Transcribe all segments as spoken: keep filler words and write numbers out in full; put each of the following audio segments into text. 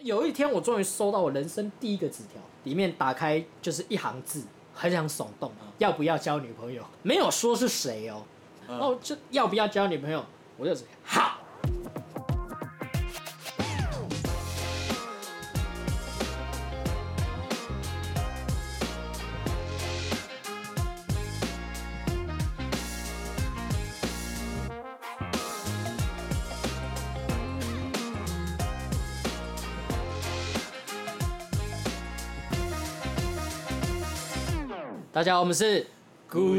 有一天我终于收到我人生第一个纸条，里面打开就是一行字，很想耸动，嗯、要不要交女朋友？没有说是谁哦，嗯、哦，就要不要交女朋友？我就好。大家好，我们是Good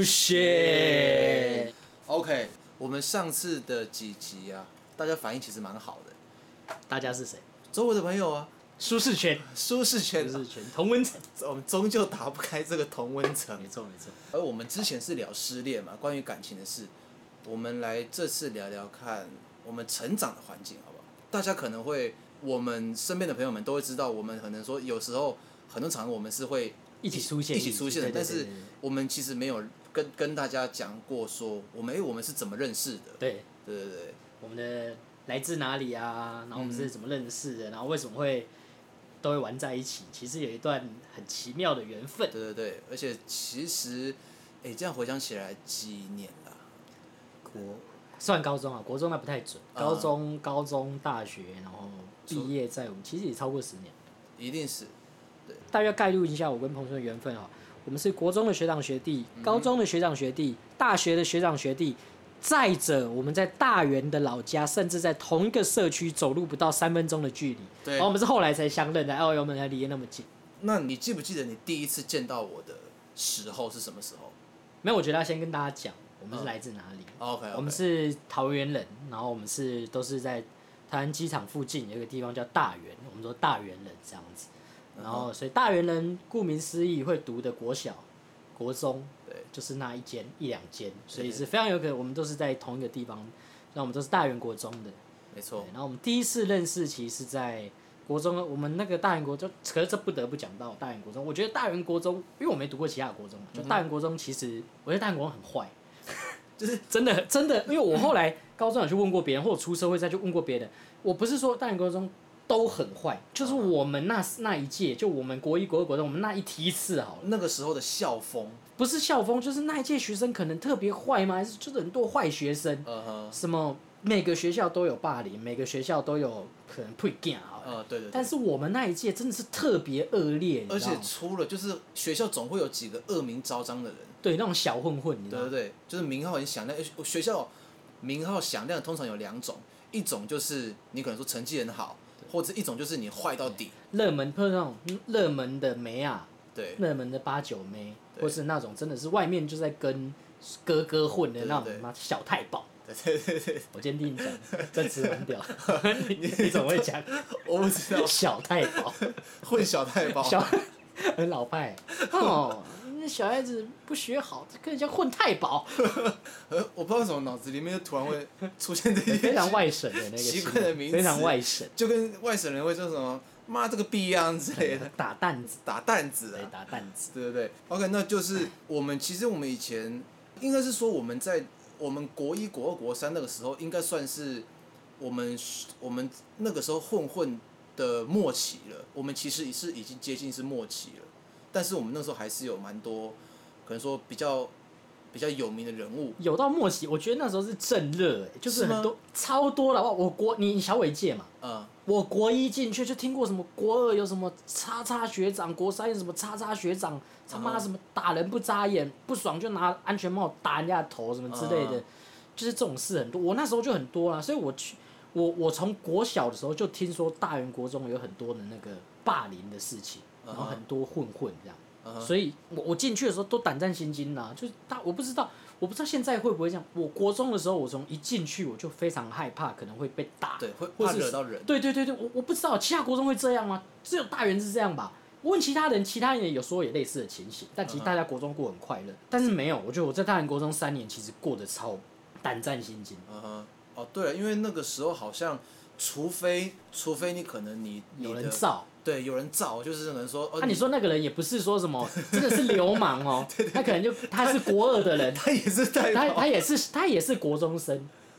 Shit。 OK， 我们上次的几集啊，大家反应其实蛮好的。 大家是谁？ 周围的朋友啊， 舒适圈， 舒适圈， 舒适圈，同温层。 我们终究打不开这个同温层。 没错，没错。 而我们之前是聊失恋嘛，关于感情的事，我们来这次聊聊看我们成长的环境，好不好？大家可能会，我们身边的朋友们都会知道，我们可能说有时候很多场合我们是会。 一起出现， 一起出现的，但是我们其实没有跟跟大家讲过说，我们哎、欸、我们是怎么认识的？ 对， 对对对， 我们的来自哪里啊？然后我们是怎么认识的？嗯、然后为什么会都会玩在一起？其实有一段很奇妙的缘分。 对对对，而且其实哎、欸、这样回想起来几年了？ 国算高中啊，国中那不太准。高中、嗯、高中、大学，然后毕业在我们其实也超过十年。 一定是。 大约概述一下我跟彭顺的缘分啊，我们是国中的学长学弟，高中的学长学弟，大学的学长学弟，再者我们在大园的老家，甚至在同一个社区，走路不到三分钟的距离。 对， 然后我们是后来才相认的，哎，我们才离得那么近。 那你记不记得你第一次见到我的时候是什么时候？ 没有，我觉得要先跟大家讲，我们是来自哪里。 嗯、OK， 我们是桃园人，然后我们是都是在台湾机场附近有一个地方叫大园，我们说大园人这样子。然后，所以大园人顾名思义会读的国小、国中，对，就是那一间一两间，所以是非常有可能我们都是在同一个地方，那我们都是大园国中的， 没错。 然后我们第一次认识其实是在国中，我们那个大园国中，可是这不得不讲到大园国中。我觉得大园国中，因为我没读过其他国中，就大园国中其实，我觉得大园国中很坏，就是真的真的，因为我后来高中有去问过别人，或者出社会再去问过别人，我不是说大园国中。都很坏，就是我们那那一届，就我们国一、国二、国中，我们那一梯次好了。 那个时候的校风不是校风，就是那一届学生可能特别坏吗？还是就是很多坏学生？嗯哼。什么每个学校都有霸凌，每个学校都有可能配干好了。 嗯，对 对, 对。 但是我们那一届真的是特别恶劣， 而且除了就是学校总会有几个恶名昭彰的人， 对那种小混混，你知道吗？ 对对对，就是名号很响亮。学校名号响亮通常有两种，一种就是你可能说成绩很好。或者一种就是你坏到底， 热门或者那种热门的妹啊， 对， 热门的八九妹，或是那种真的是外面就在跟哥哥混的那种妈小太保。 对对对， 我坚定讲，这词很屌，你你怎么会讲？ 我不知道。 小太保， 混小太保， 小很老派哦。那小孩子不学好，跟人家混太保。 我不知道为什么脑子里面突然会出现这些非常外省的那个奇怪的名字， 非常外省， 就跟外省人会说什么“妈这个逼样”之类的， 打弹子， 打弹子啊， 对，打弹子， 对对对。OK， 那就是我们其实我们以前应该是说我们在我们国一、国二、国三那个时候，应该算是我们我们那个时候混混的末期了。我们其实是已经接近是末期了。但是我们那时候还是有蛮多，可能说比较比较有名的人物。 有到末期，我觉得那时候是正热、欸，就是很多超多了。我国你小伟界嘛，嗯，我国一进去就听过什么国二有什么叉叉学长，国三有什么叉叉学长，他妈什么打人不眨眼，不爽就拿安全帽打人家的头什么之类的，嗯、就是这种事很多。我那时候就很多啦，所以我去我我从国小的时候就听说大园国中有很多的那个霸凌的事情。然后很多混混这样， uh-huh. 所以我我进去的时候都胆战心惊啦，就是大我不知道我不知道现在会不会这样。我国中的时候，我从一进去我就非常害怕，可能会被打， 对，会怕惹到人。对对对对，我我不知道其他国中会这样吗？只有大园是这样吧？我问其他人，其他人也有说有类似的情形，但其实大家国中过很快乐， uh-huh. 但是没有。我觉得我在大园国中三年其实过得超胆战心惊。 嗯哼，哦对了，因为那个时候好像，除非除非你可能你你有人造。 对，有人造，就是可能说， 那、哦啊、你说那个人也不是说什么，真的是流氓哦，对对对，他可能就他是国二的人， 他也是太保， 他他也是他也是国中生，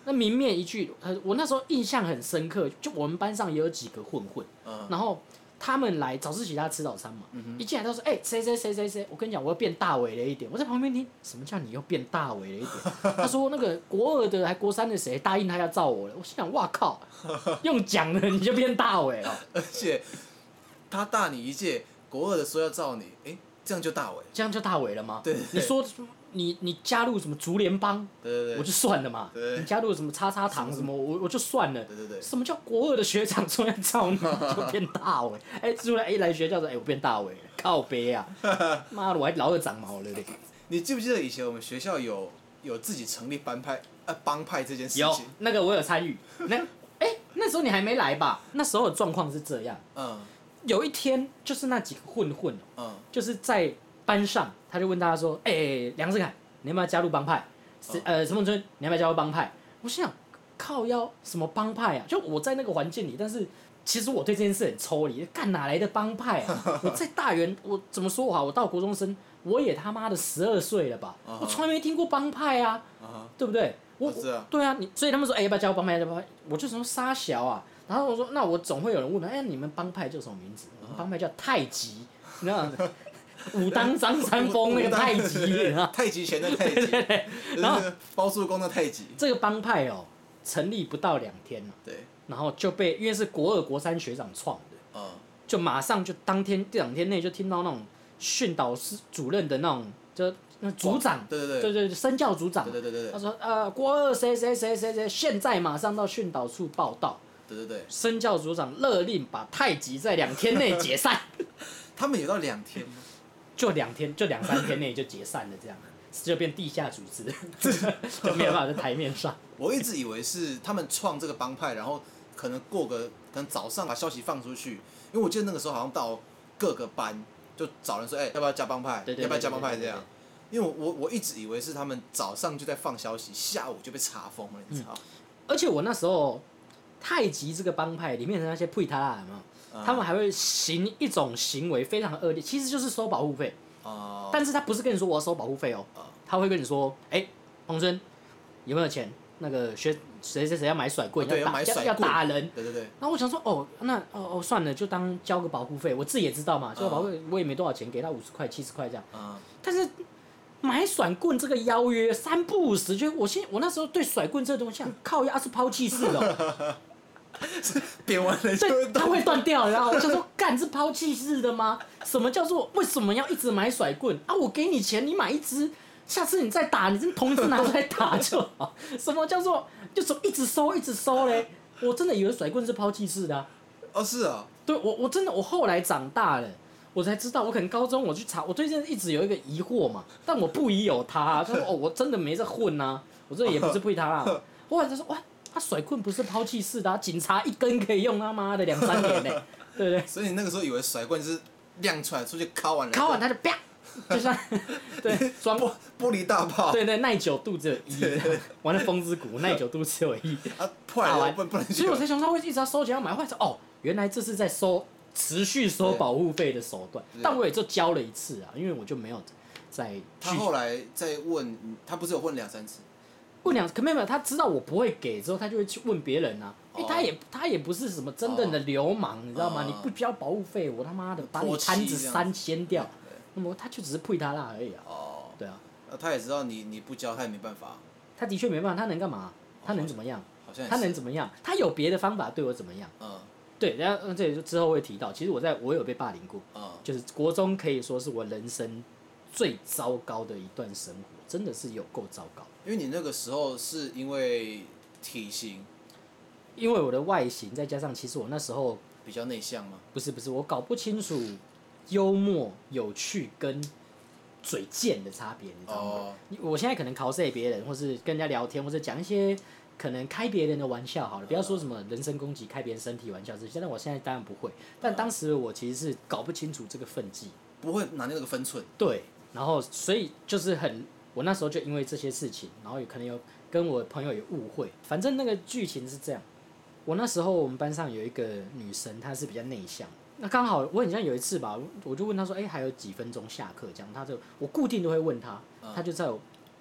那明面一句，我那时候印象很深刻，就我们班上也有几个混混，嗯、然后他们来早自习，他吃早餐嘛，嗯、一进来都说，哎、欸，谁谁谁谁谁，我跟你讲，我又变大尾了一点。我在旁边听，什么叫你又变大尾了一点？他说那个国二的还国三的谁答应他要罩我了，我心想，哇靠，用讲的你就变大尾了。 而且他大你一届，国二的说要罩你，哎、欸，这样就大尾， 这样就大尾了吗？ 对, 对, 你对， 说。你你加入什么竹联帮， 对对对， 我就算了嘛。 对对对， 你加入什么叉叉堂什么，我我就算了。 对对对。 什么叫国二的学长说要罩你就变大尾？哎、欸，出来一来学校说，哎、欸，我变大尾了，靠北啊！妈的，我还老二长毛了嘞。 你记不记得以前我们学校有有自己成立帮派呃帮派这件事情？ 有，那个我有参与。那哎、欸，那时候你还没来吧？那时候的状况是这样。嗯。有一天，就是那几个混混，嗯，就是在班上，他就问大家说，哎、欸，梁志凯。你要不要加入帮派？是、哦、呃，陈梦春，你要不要加入帮派？我心想，靠腰什么帮派啊？就我在那个环境里，但是其实我对这件事很抽离。干哪来的帮派啊？我在大园，我怎么说好？我到国中生，我也他妈的十二岁了吧？uh-huh. 我从来没听过帮派啊， uh-huh. 对不对？我、 啊、 对啊，你所以他们说，哎、欸，要不要加入帮派？帮派，我就说杀小啊。然后我说，那我总会有人问他，哎、欸，你们帮派叫什么名字？我们帮派叫太极，你知道吗？武当张三丰那个太极， 太极拳的太极，对对对，然后包租公的太极。 这个帮派哦，成立不到两天了， 对， 然后就被因为是国二国三学长创的，嗯，就马上就当天这两天内就听到那种训导师主任的那种，就那组长， 对对对， 对对身教组长， 对对对对， 他说呃国二谁谁谁谁谁现在马上到训导处报到， 对对对， 身教组长勒令把太极在两天内解散。 他们有到两天吗？ 就两天，就两三天内就解散了，这样就变地下组织，就没有办法在台面上。 我一直以为是他们创这个帮派，然后可能过个可能早上把消息放出去，因为我记得那个时候好像到各个班就找人说，哎、欸，要不要加帮派？ 对对对对对对， 要不要加帮派这样？因为我我一直以为是他们早上就在放消息，下午就被查封了，你知道、嗯？ 而且我那时候太极这个帮派里面的那些配他啦，有没有？他们还会行一种行为非常恶劣，其实就是收保护费。哦。但是他不是跟你说我要收保护费哦，他会跟你说，哎、欸，洪春有没有钱？那个学谁谁谁要买甩棍， 哦、 要打要, 要打人。 对对对。 然后我想说，哦，那哦哦算了，就当交个保护费，我自己也知道嘛，交个保护费我也没多少钱，给他五十块、七十块这样。嗯。但是买甩棍这个邀约三不五时，就我现我那时候对甩棍这个东西，靠压是抛弃式的、哦。 扁完了就会它会断掉，然后我就说干是抛弃式的吗？什么叫做为什么要一直买甩棍啊？我给你钱，你买一支，下次你再打，你真同一支拿出来打就好。什么叫做就说一直收一直收嘞？我真的以为甩棍是抛弃式的啊。 哦，是啊。 对，我我真的我后来长大了，我才知道，我可能高中我去查，我对这一直有一个疑惑嘛，但我不疑有他、啊，他说哦，我真的没在混啊，我这也不是不他啊。后来他说哇。他甩棍不是抛弃式的、啊，警察一根可以用他妈的两三年呢、欸，对不对？ 所以你那个时候以为甩棍是亮出来出去敲完了， 敲完他就啪，就像对装玻玻璃大炮， 对对，耐久度只有一，玩了风之谷耐久度只有一， 啊破了不不能， 所以我才想说会一直要收钱要买，后来说哦，原来这是在收持续收保护费的手段，但我也就交了一次啊，因为我就没有再。 他后来再问，他不是有问两三次？ 问两，可没有，他知道我不会给之后，他就会去问别人啊。因为他也他也不是什么真正的流氓，你知道吗？你不交保护费，我他妈的把你摊子三掀掉。那么他就只是配他啦而已啊。哦。对啊。 他也知道你你不交，他也没办法。 他的确没办法，他能干嘛？他能怎么样？ 好像他能怎么样？他有别的方法对我怎么样？嗯。对，然后这里就之后会提到，其实我在我有被霸凌过。嗯。就是国中可以说是我人生最糟糕的一段生活，真的是有够糟糕。 因为你那个时候是因为体型， 因为我的外形，再加上其实我那时候比较内向吗？ 不是不是，我搞不清楚幽默、有趣跟嘴贱的差别，你知道吗？哦、我现在可能cos别人，或是跟人家聊天，或者讲一些可能开别人的玩笑好了，不要说什么人身攻击、开别人身体玩笑这些，但我现在当然不会。但当时我其实是搞不清楚这个分际， 不会拿那个分寸。 对，然后所以就是很。我那时候就因为这些事情，然后有可能有跟我朋友有误会，反正那个剧情是这样。我那时候我们班上有一个女生，她是比较内向。那刚好我很像有一次吧，我就问她说：“哎、欸，还有几分钟下课？”这样，她就我固定都会问她，她就在我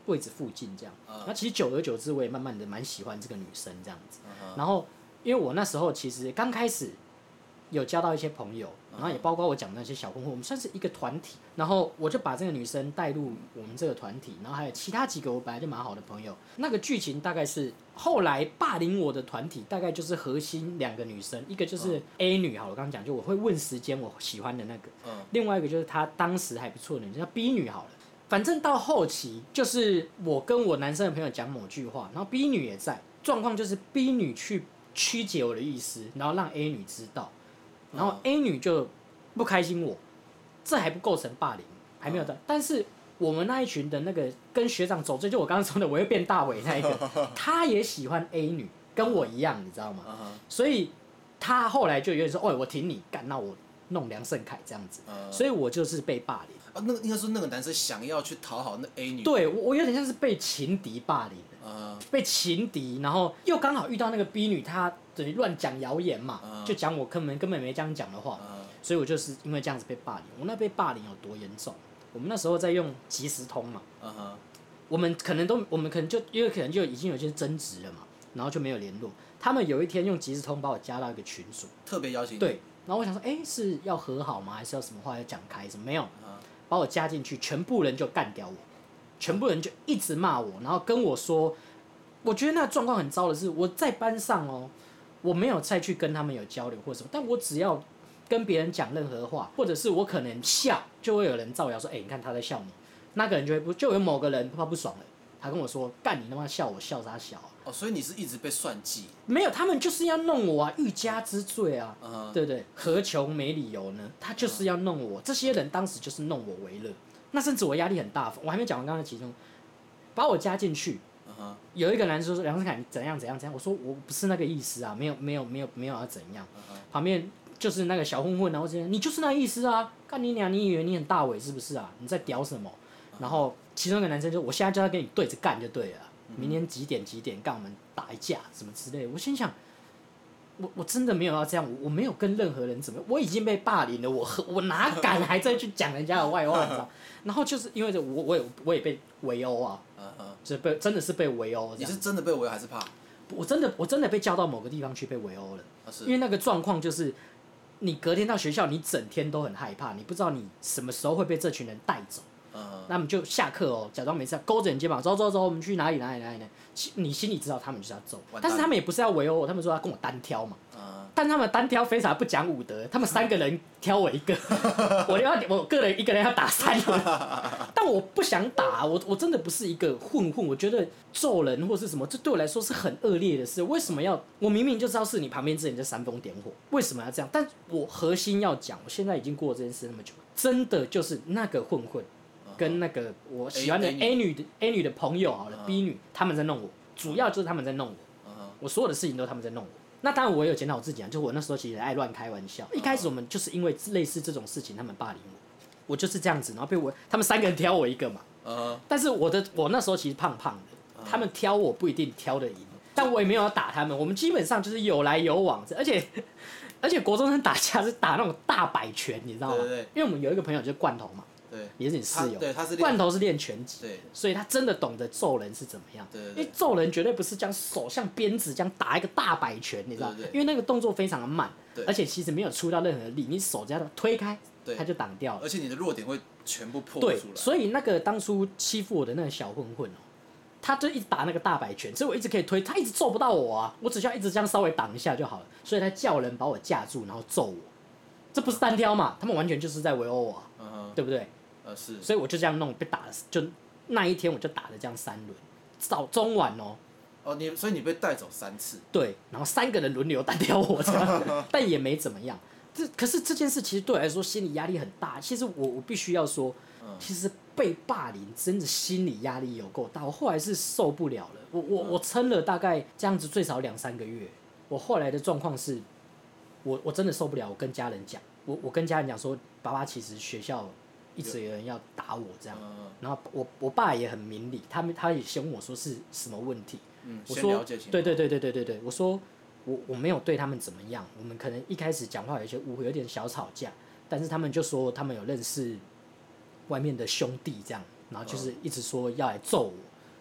位置附近这样。那、uh, 其实久而久之，我也慢慢的蛮喜欢这个女生这样子。Uh-huh. 然后因为我那时候其实刚开始有交到一些朋友，然后也包括我讲的那些小混混，我们算是一个团体。然后我就把这个女生带入我们这个团体，然后还有其他几个我本来就蛮好的朋友。那个剧情大概是后来霸凌我的团体，大概就是核心两个女生，一个就是 A 女，好了，我刚刚讲就我会问时间我喜欢的那个，另外一个就是她当时还不错的女生叫 B 女好了。反正到后期就是我跟我男生的朋友讲某句话，然后 B 女也在，状况就是 B 女去曲解我的意思，然后让 A 女知道，然后 A 女就不开心我，这还不构成霸凌，还没有的。但是我们那一群的那个跟学长走最，就我刚刚说的我会变大伟那一个，他也喜欢 A 女，跟我一样，你知道吗？所以他后来就有点说，哦，我挺你，干，那我弄梁胜凯这样子，所以我就是被霸凌。 啊，那个应该说那个男生想要去讨好那 A 女。 对，我我有点像是被情敌霸凌，呃、被情敌，然后又刚好遇到那个 B 女，她等于乱讲谣言嘛，呃、就讲我根本根本没这样讲的话，呃、所以我就是因为这样子被霸凌。我那被霸凌有多严重？我们那时候在用即时通嘛，呃、我们可能都我们可能就因为可能就已经有些争执了嘛，然后就没有联络。他们有一天用即时通把我加到一个群组， 特别邀请你。 对，然后我想说，哎、欸，是要和好吗？还是要什么话要讲开？什么没有？把我加进去，全部人就干掉我，全部人就一直骂我，然后跟我说，我觉得那个状况很糟的是，我在班上哦，我没有再去跟他们有交流或什么，但我只要跟别人讲任何话，或者是我可能笑，就会有人造谣说，哎、欸，你看他在笑你，那个人就会不就有某个人他不爽了，他跟我说，干你他妈笑我笑啥笑啊？ 哦，所以你是一直被算计？ 没有，他们就是要弄我啊，欲加之罪啊， uh-huh. 对不对？何求没理由呢？他就是要弄我， uh-huh. 这些人当时就是弄我为乐，那甚至我压力很大，我还没讲完刚才其中，把我加进去， uh-huh. 有一个男生说梁胜凯你怎样怎样怎样，我说我不是那个意思啊，没有没有没有没有要怎样， uh-huh. 旁边就是那个小混混，然后这样你就是那个意思啊，干你娘，你以为你很大伟是不是啊？你在屌什么？ Uh-huh. 然后其中一个男生就我现在就要跟你对着干就对了。明天几点几点干我们打一架什么之类的，我心想，我我真的没有要这样，我我没有跟任何人怎么样，我已经被霸凌了，我我哪敢还再去讲人家的坏话，你知道？然后就是因为我我也我也被围殴啊，就是被真的是被围殴。 你是真的被围殴还是怕？ 我真的我真的被叫到某个地方去被围殴了，因为那个状况就是，你隔天到学校，你整天都很害怕，你不知道你什么时候会被这群人带走。那我们就下课哦，假装没事，勾着你肩膀，走走走，我们去哪里哪里哪里呢？你心里知道他们就是要走，但是他们也不是要围殴我，他们说要跟我单挑嘛。Uh, 但他们单挑非常不讲武德，他们三个人挑我一个，我要我个人一个人要打三人，但我不想打，我我真的不是一个混混，我觉得揍人或是什么，这对我来说是很恶劣的事。为什么要？我明明就知道是你旁边这人在煽风点火，为什么要这样？但我核心要讲，我现在已经过了这件事那么久，真的就是那个混混。跟那个我喜欢的 A 女的 A 女的朋友好了 ，B 女他们在弄我，主要就是他们在弄我，我所有的事情都是他们在弄我。那当然我也有检讨我自己啊，就我那时候其实爱乱开玩笑。一开始我们就是因为类似这种事情，他们霸凌我，我就是这样子，然后被我他们三个人挑我一个嘛。但是我的我那时候其实胖胖的，他们挑我不一定挑得赢，但我也没有要打他们，我们基本上就是有来有往，而且而且国中生打架是打那种大摆拳，你知道吗？ 对对对， 因为我们有一个朋友就是罐头嘛。 对， 也是你室友。 对，他是罐头是练拳击， 对， 所以他真的懂得揍人是怎么样。 对对对， 因为揍人绝对不是将手像鞭子这样打一个大摆拳，你知道？ 对对对， 因为那个动作非常的慢， 对， 而且其实没有出到任何力，你手这样推开，他就挡掉了。 而且你的弱点会全部破出来。 对， 所以那个当初欺负我的那个小混混哦，他就一直打那个大摆拳，所以我一直可以推，他一直揍不到我啊，我只需要一直这样稍微挡一下就好了。所以他叫人把我架住，然后揍我，这不是单挑嘛？他们完全就是在围殴我、啊嗯，对不对？ 呃是， 所以我就这样弄，被打了，就那一天我就打了这样三轮，早中晚哦。 哦，你所以你被带走三次。 对，然后三个人轮流单挑我这样，但也没怎么样。这可是这件事其实对我来说心理压力很大。其实我我必须要说，嗯、其实被霸凌真的心理压力有够大。我后来是受不了了，我我、嗯、我撑了大概这样子最少两三个月。我后来的状况是，我我真的受不了，我跟家人讲，我我跟家人讲说，爸爸其实学校。一直有人要打我这样，嗯、然后我我爸也很明理，他们他也先问我说是什么问题， 嗯、 我说对对对对对对对，我说我我没有对他们怎么样，我们可能一开始讲话有一些误会，有点小吵架，但是他们就说他们有认识外面的兄弟这样，然后就是一直说要来揍我，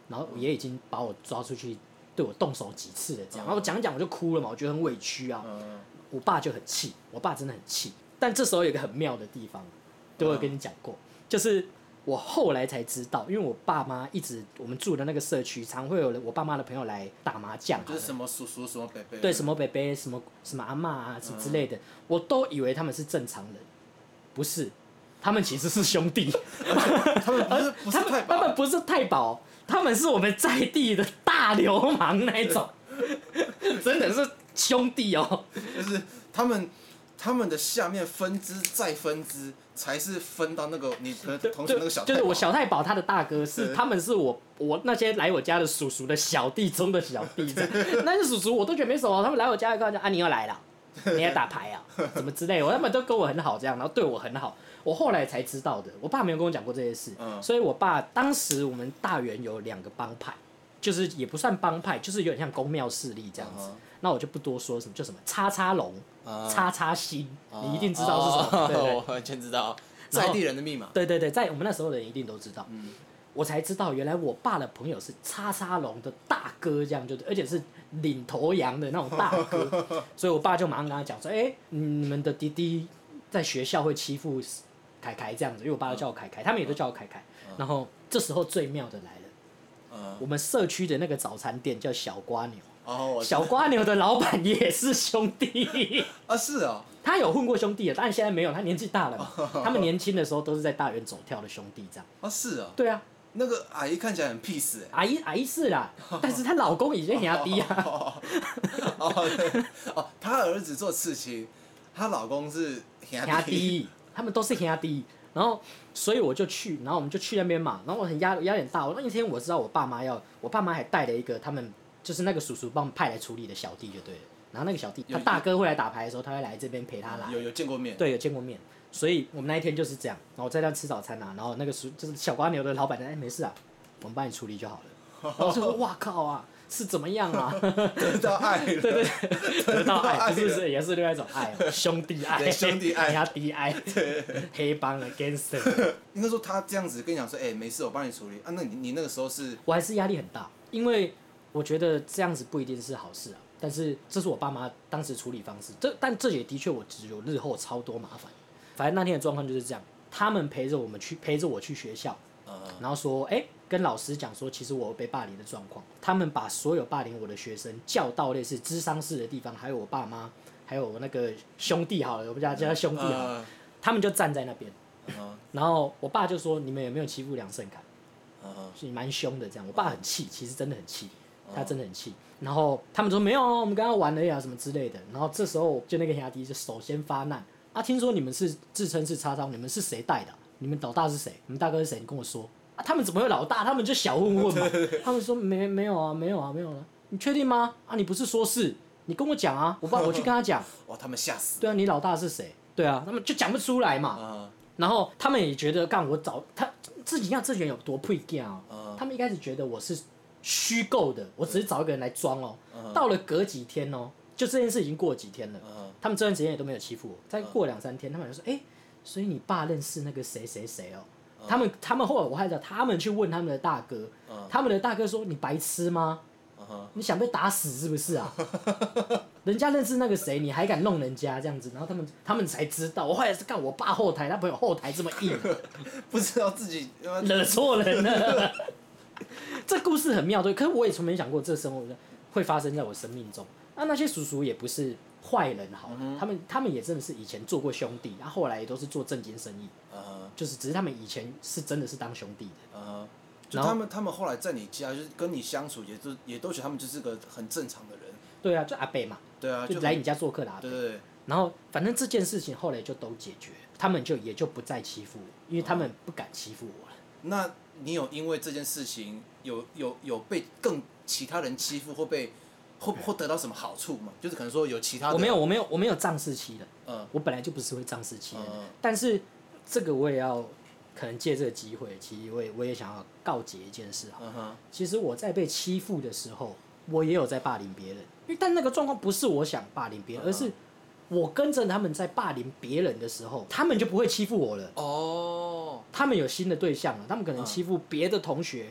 然后爷爷已经把我抓出去对我动手几次了这样，然后我讲讲我就哭了嘛，我觉得很委屈啊。我爸就很气，我爸真的很气。但这时候有一个很妙的地方，对我有跟你讲过，就是我后来才知道，因为我爸妈一直我们住的那个社区，常会有我爸妈的朋友来打麻将， 就是什么叔叔什么伯伯， 对，什么伯伯什么什么阿嬷啊之类的，我都以为他们是正常人，不是，他们其实是兄弟。 他们不是不是太保， 他们不是太保，他们是我们在地的大流氓那一种，真的是兄弟哦。 就是他们他们的下面分支再分支，才是分到那个你的同学那个小太保。 就是我小太保他的大哥是，他们是我我那些来我家的叔叔的小弟中的小弟，那些叔叔我都觉得没什么，他们来我家跟我讲啊，你又来了，你要打牌啊，什么之类的，他们都跟我很好这样，然后对我很好。我后来才知道的，我爸没有跟我讲过这些事，嗯、所以我爸当时我们大园有两个帮派，就是也不算帮派，就是有点像公庙势力这样子。嗯、那我就不多说什么，就什么叉叉龙、嗯、叉叉星，嗯、你一定知道是什么？ 哦、 对对， 我完全知道，在地人的密码。 对对对，在我们那时候的人一定都知道。嗯、我才知道，原来我爸的朋友是叉叉龙的大哥，这样就对，而且是领头羊的那种大哥，所以我爸就马上跟他讲说：“哎、欸，你们的弟弟在学校会欺负凯凯这样子，因为我爸都叫我凯凯，他们也都叫我凯凯。然后这时候最妙的来了，嗯、我们社区的那个早餐店叫小瓜牛，哦、小瓜牛的老板也是兄弟啊，是啊、哦， 他有混过兄弟的，但是现在没有，他年纪大了嘛。哦、他们年轻的时候都是在大园走跳的兄弟这样。 啊，是啊、哦， 对啊。 那个阿姨看起来很 peace 哎， 阿姨阿姨是啦，但是她老公已经很低啊。 哦哦哦，她儿子做刺青，她老公是很低。他们都是兄弟，然后所以我就去，然后我们就去那边嘛，然后我很压压力很大。我那天我知道我爸妈要，我爸妈还带了一个他们就是那个叔叔帮我们派来处理的小弟就对了。然后那个小弟他大哥会来打牌的时候，他会来这边陪他来。 有有见过面？ 对，有见过面。所以我们那一天就是这样，然后我在那吃早餐啊，然后那个叔就是小瓜牛的老板说：“哎，没事啊，我们帮你处理就好了。”然后我就说：“哇靠啊！”是怎么样啊？ 得到爱了， 对对对，得到爱，不是是也是另外一种爱，兄弟爱， 兄弟爱， 压低爱，黑帮的 gangster。 应该说他这样子跟你讲说，哎、欸，没事，我帮你处理啊。那你你那个时候是？ 我还是压力很大，因为我觉得这样子不一定是好事啊。但是这是我爸妈当时处理方式，这但这也的确我只有日后超多麻烦。反正那天的状况就是这样，他们陪着我们去，陪着我去学校，嗯、然后说，哎、欸。跟老师讲说，其实我有被霸凌的状况。他们把所有霸凌我的学生叫到类似諮商室的地方，还有我爸妈，还有我那个兄弟好了，我们叫叫他兄弟好了，嗯、他们就站在那边。嗯、然后我爸就说：“你们有没有欺负梁胜凯？嗯、是蛮凶的这样。”我爸很气，其实真的很气，他真的很气。然后他们说：“没有啊，我们跟他玩了呀，什么之类的。”然后这时候就那个兄弟就首先发难啊，听说你们是自称是叉烧，你们是谁带的、啊？你们老大是谁？你们大哥是谁？你跟我说。啊、他们怎么会老大？他们就小混混嘛。他们说没没有啊，没有啊，没有啊。你确定吗？啊，你不是说是？你跟我讲啊，我爸我去跟他讲。 哇，他们吓死。 对啊，你老大是谁？对啊，他们就讲不出来嘛。嗯、然后他们也觉得，干我找他自己，看这人有多配件啊。嗯、他们一开始觉得我是虚构的，我只是找一个人来装哦。嗯、到了隔几天哦，就这件事已经过几天了。嗯、他们这段时间也都没有欺负我。再过两三天，他们就说：“哎、欸，所以你爸认识那个谁谁谁哦。”他们他们后来我还知道，他们去问他们的大哥，嗯、他们的大哥说：“你白痴吗？嗯、你想被打死是不是啊？人家认识那个谁，你还敢弄人家这样子？”然后他们他们才知道，我后来是干我爸后台，他朋友后台这么硬， 不知道自己惹错人了。这故事很妙，对，可是我也从没想过这生活会发生在我生命中。那、啊、那些叔叔也不是坏人好了，嗯、他们他们也真的是以前做过兄弟，然、啊、后后来也都是做正经生意，嗯、就是只是他们以前是真的是当兄弟的， 嗯、就他们他们后来在你家就是跟你相处，也都也都觉得他们就是个很正常的人。 对啊，就阿伯嘛， 对啊， 就来你家做客的阿伯。 对对对。 然后反正这件事情后来就都解决，他们就也就不再欺负我，因为他们不敢欺负我了。 嗯、那你有因为这件事情有有有被更其他人欺负或被？会会得到什么好处吗？就是可能说有其他的。 我没有，我没有，我没有仗势欺人。嗯。我本来就不是会仗势欺人，嗯、但是这个我也要可能借这个机会，其实我也我也想要告诫一件事哈。嗯哼。其实我在被欺负的时候，我也有在霸凌别人，因为但那个状况不是我想霸凌别人，嗯、而是我跟着他们在霸凌别人的时候，他们就不会欺负我了。哦。他们有新的对象了，他们可能欺负别的同学。嗯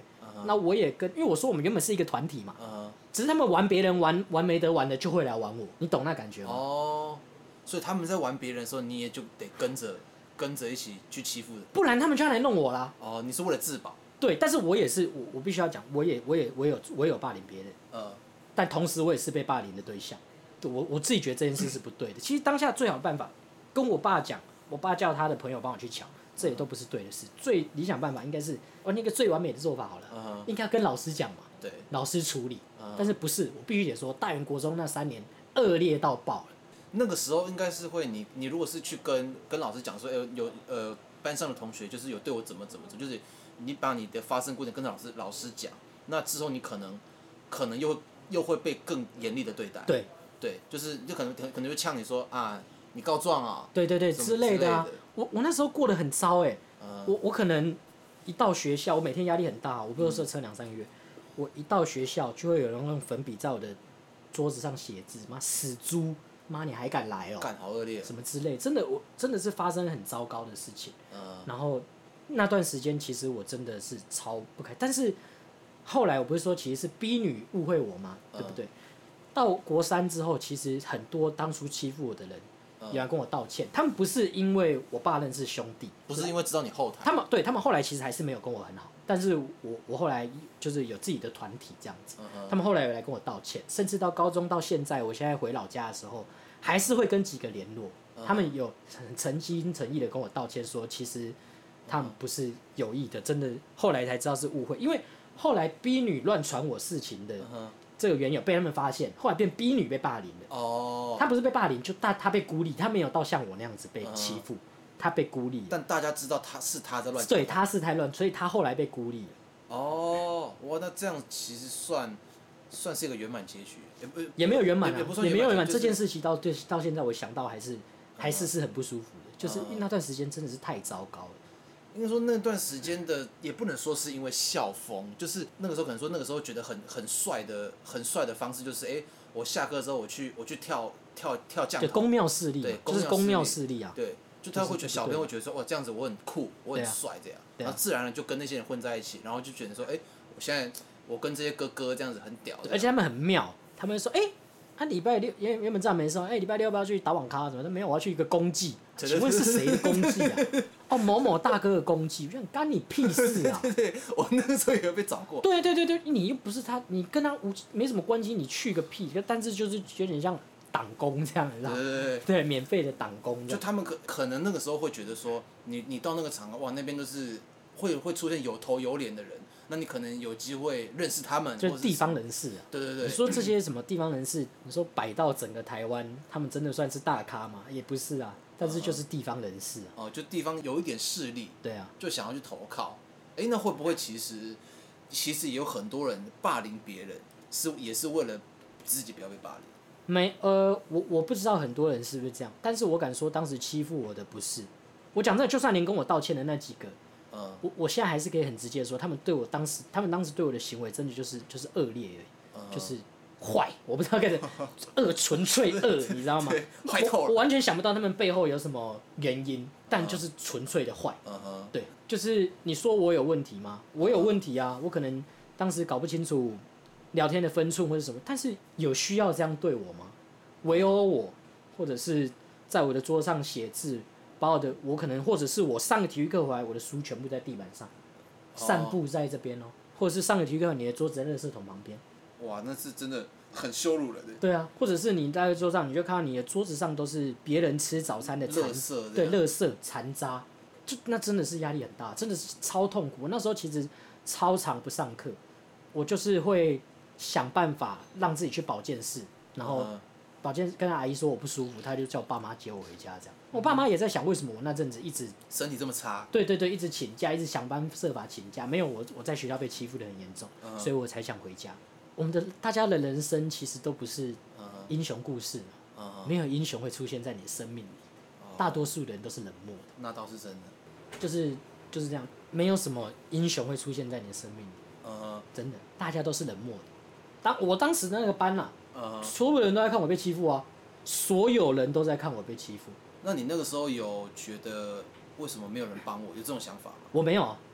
那我也跟，因为我说我们原本是一个团体嘛， 嗯， 只是他们玩别人玩玩没得玩的就会来玩我，你懂那感觉吗？ 哦，所以他们在玩别人的时候，你也就得跟着跟着一起去欺负人， 不然他们就要来弄我啦。 哦，你是为了自保。 对，但是我也是，我我必须要讲，我也我也我也有我也有霸凌别人， 呃， 但同时我也是被霸凌的对象。对我我自己觉得这件事是不对的。其实当下最好的办法，跟我爸讲，我爸叫他的朋友帮我去瞧，这也都不是对的事。最理想办法应该是，哦，那个最完美的做法好了， 嗯、 应该要跟老师讲嘛， 对， 老师处理。 嗯、 但是不是，我必须得说，大元国中那三年恶劣到爆了。 那个时候应该是会你你如果是去跟跟老师讲说，有有呃班上的同学就是有对我怎么怎么，就是你把你的发生过程跟老师老师讲，那之后你可能可能又又会被更严厉的对待。 对。 对，就是就可能可能就呛你说啊，你告状啊， 对对对之类的啊。 的我我那时候过得很糟哎、欸嗯， 我我可能一到学校，我每天压力很大，我不是说撑两三个月，我一到学校就会有人用粉笔在我的桌子上写字，妈死猪，妈你还敢来哦、喔？ 干好恶劣， 什么之类，真的我真的是发生很糟糕的事情。 嗯， 然后那段时间其实我真的是超不开，但是后来我不是说其实是 B 女误会我吗？对不对？嗯，到国三之后，其实很多当初欺负我的人，也来跟我道歉。他们不是因为我爸认识兄弟， 不是因为知道你后台， 他们对他们后来其实还是没有跟我很好。但是我我后来就是有自己的团体这样子， 嗯、 他们后来有来跟我道歉，甚至到高中到现在，我现在回老家的时候，还是会跟几个联络。嗯、他们有很诚心诚意的跟我道歉，说其实他们不是有意的，真的后来才知道是误会，因为后来 B 女乱传我事情的。嗯，这个缘由被他们发现，后来变 B 女被霸凌了。 哦， 她不是被霸凌，就她她被孤立，她没有到像我那样子被欺负，她被孤立。 但大家知道她是她在乱。 对，她是太乱，所以她后来被孤立了。 哦，哇，那这样其实算算是一个圆满结局，也不也没有圆满啊， 也不算也没有圆满。 就是这件事情到对到现在我想到还是还是是很不舒服的，就是因为那段时间真的是太糟糕了。 应该说那段时间的也不能说是因为校风，就是那个时候可能说那个时候觉得很很帅的很帅的方式就是哎、欸，我下课之后我去我去跳跳跳降头， 对，宫庙势力， 对， 就是宫庙势力啊， 对，就他会觉得小朋友会觉得说哇这样子我很酷，我很帅这样，啊、然后自然而然就跟那些人混在一起，然后就觉得说哎、欸，我现在我跟这些哥哥这样子很屌， 而且他们很妙，他们说哎。欸他礼拜六原原本这样没说，哎、欸，礼拜六要不要去打网咖什么的？没有，我要去一个公祭。请问是谁的公祭啊？哦，某某大哥的公祭，我想干你屁事啊！ 对对对，我那个时候也有被找过。 对对对对，你又不是他，你跟他无没什么关系，你去个屁！但是就是有点像党工这样，你知道吗？ 对对对， 对，免费的党工。 就他们可可能那个时候会觉得说，你你到那个场合，哇，那边都是会会出现有头有脸的人。那你可能有机会认识他们， 就是地方人士啊。 对对对。 你说这些什么地方人士，你说摆到整个台湾，他们真的算是大咖吗？也不是啊，但是就是地方人士啊。哦，就地方有一点势力。 对啊。 就想要去投靠，哎，那会不会其实其实也有很多人霸凌别人，是也是为了自己不要被霸凌？ 没，呃，我我不知道很多人是不是这样，但是我敢说当时欺负我的不是。我讲真的，就算连跟我道歉的那几个。 嗯、 我我现在还是可以很直接的说，他们对我当时，他们当时对我的行为真的就是就是恶劣而已，嗯、就是坏，我不知道该怎么恶，纯粹恶，你知道吗？ 坏透了。 我完全想不到他们背后有什么原因，但就是纯粹的坏。 嗯、 对，就是你说我有问题吗？我有问题啊，我可能当时搞不清楚聊天的分寸或者什么，但是有需要这样对我吗？围殴我，或者是在我的桌上写字。把我的我可能或者是我上个体育课回来，我的书全部在地板上，散步在这边哦，或者是上个体育课你的桌子在垃圾桶旁边。 哇，那是真的很羞辱人的。 对啊，或者是你在桌上，你就看到你的桌子上都是别人吃早餐的残，对，垃圾残渣，就那真的是压力很大，真的是超痛苦。我那时候其实超常不上课，我就是会想办法让自己去保健室，然后保健跟阿姨说我不舒服，她就叫我爸妈接我回家这样。我爸妈也在想，为什么我那阵子一直身体这么差？ 对对对，一直请假，一直想办设法请假。没有我，我在学校被欺负得很严重，嗯、所以我才想回家。我们的大家的人生其实都不是英雄故事嘛，嗯、没有英雄会出现在你的生命里，嗯、大多数人都是冷漠的。 那倒是真的， 就是就是这样，没有什么英雄会出现在你的生命里，嗯、真的，大家都是冷漠的。当我当时的那个班啊，嗯、所有人都在看我被欺负啊，所有人都在看我被欺负。 那你那个时候有觉得为什么没有人帮我？有这种想法吗？ 我没有啊，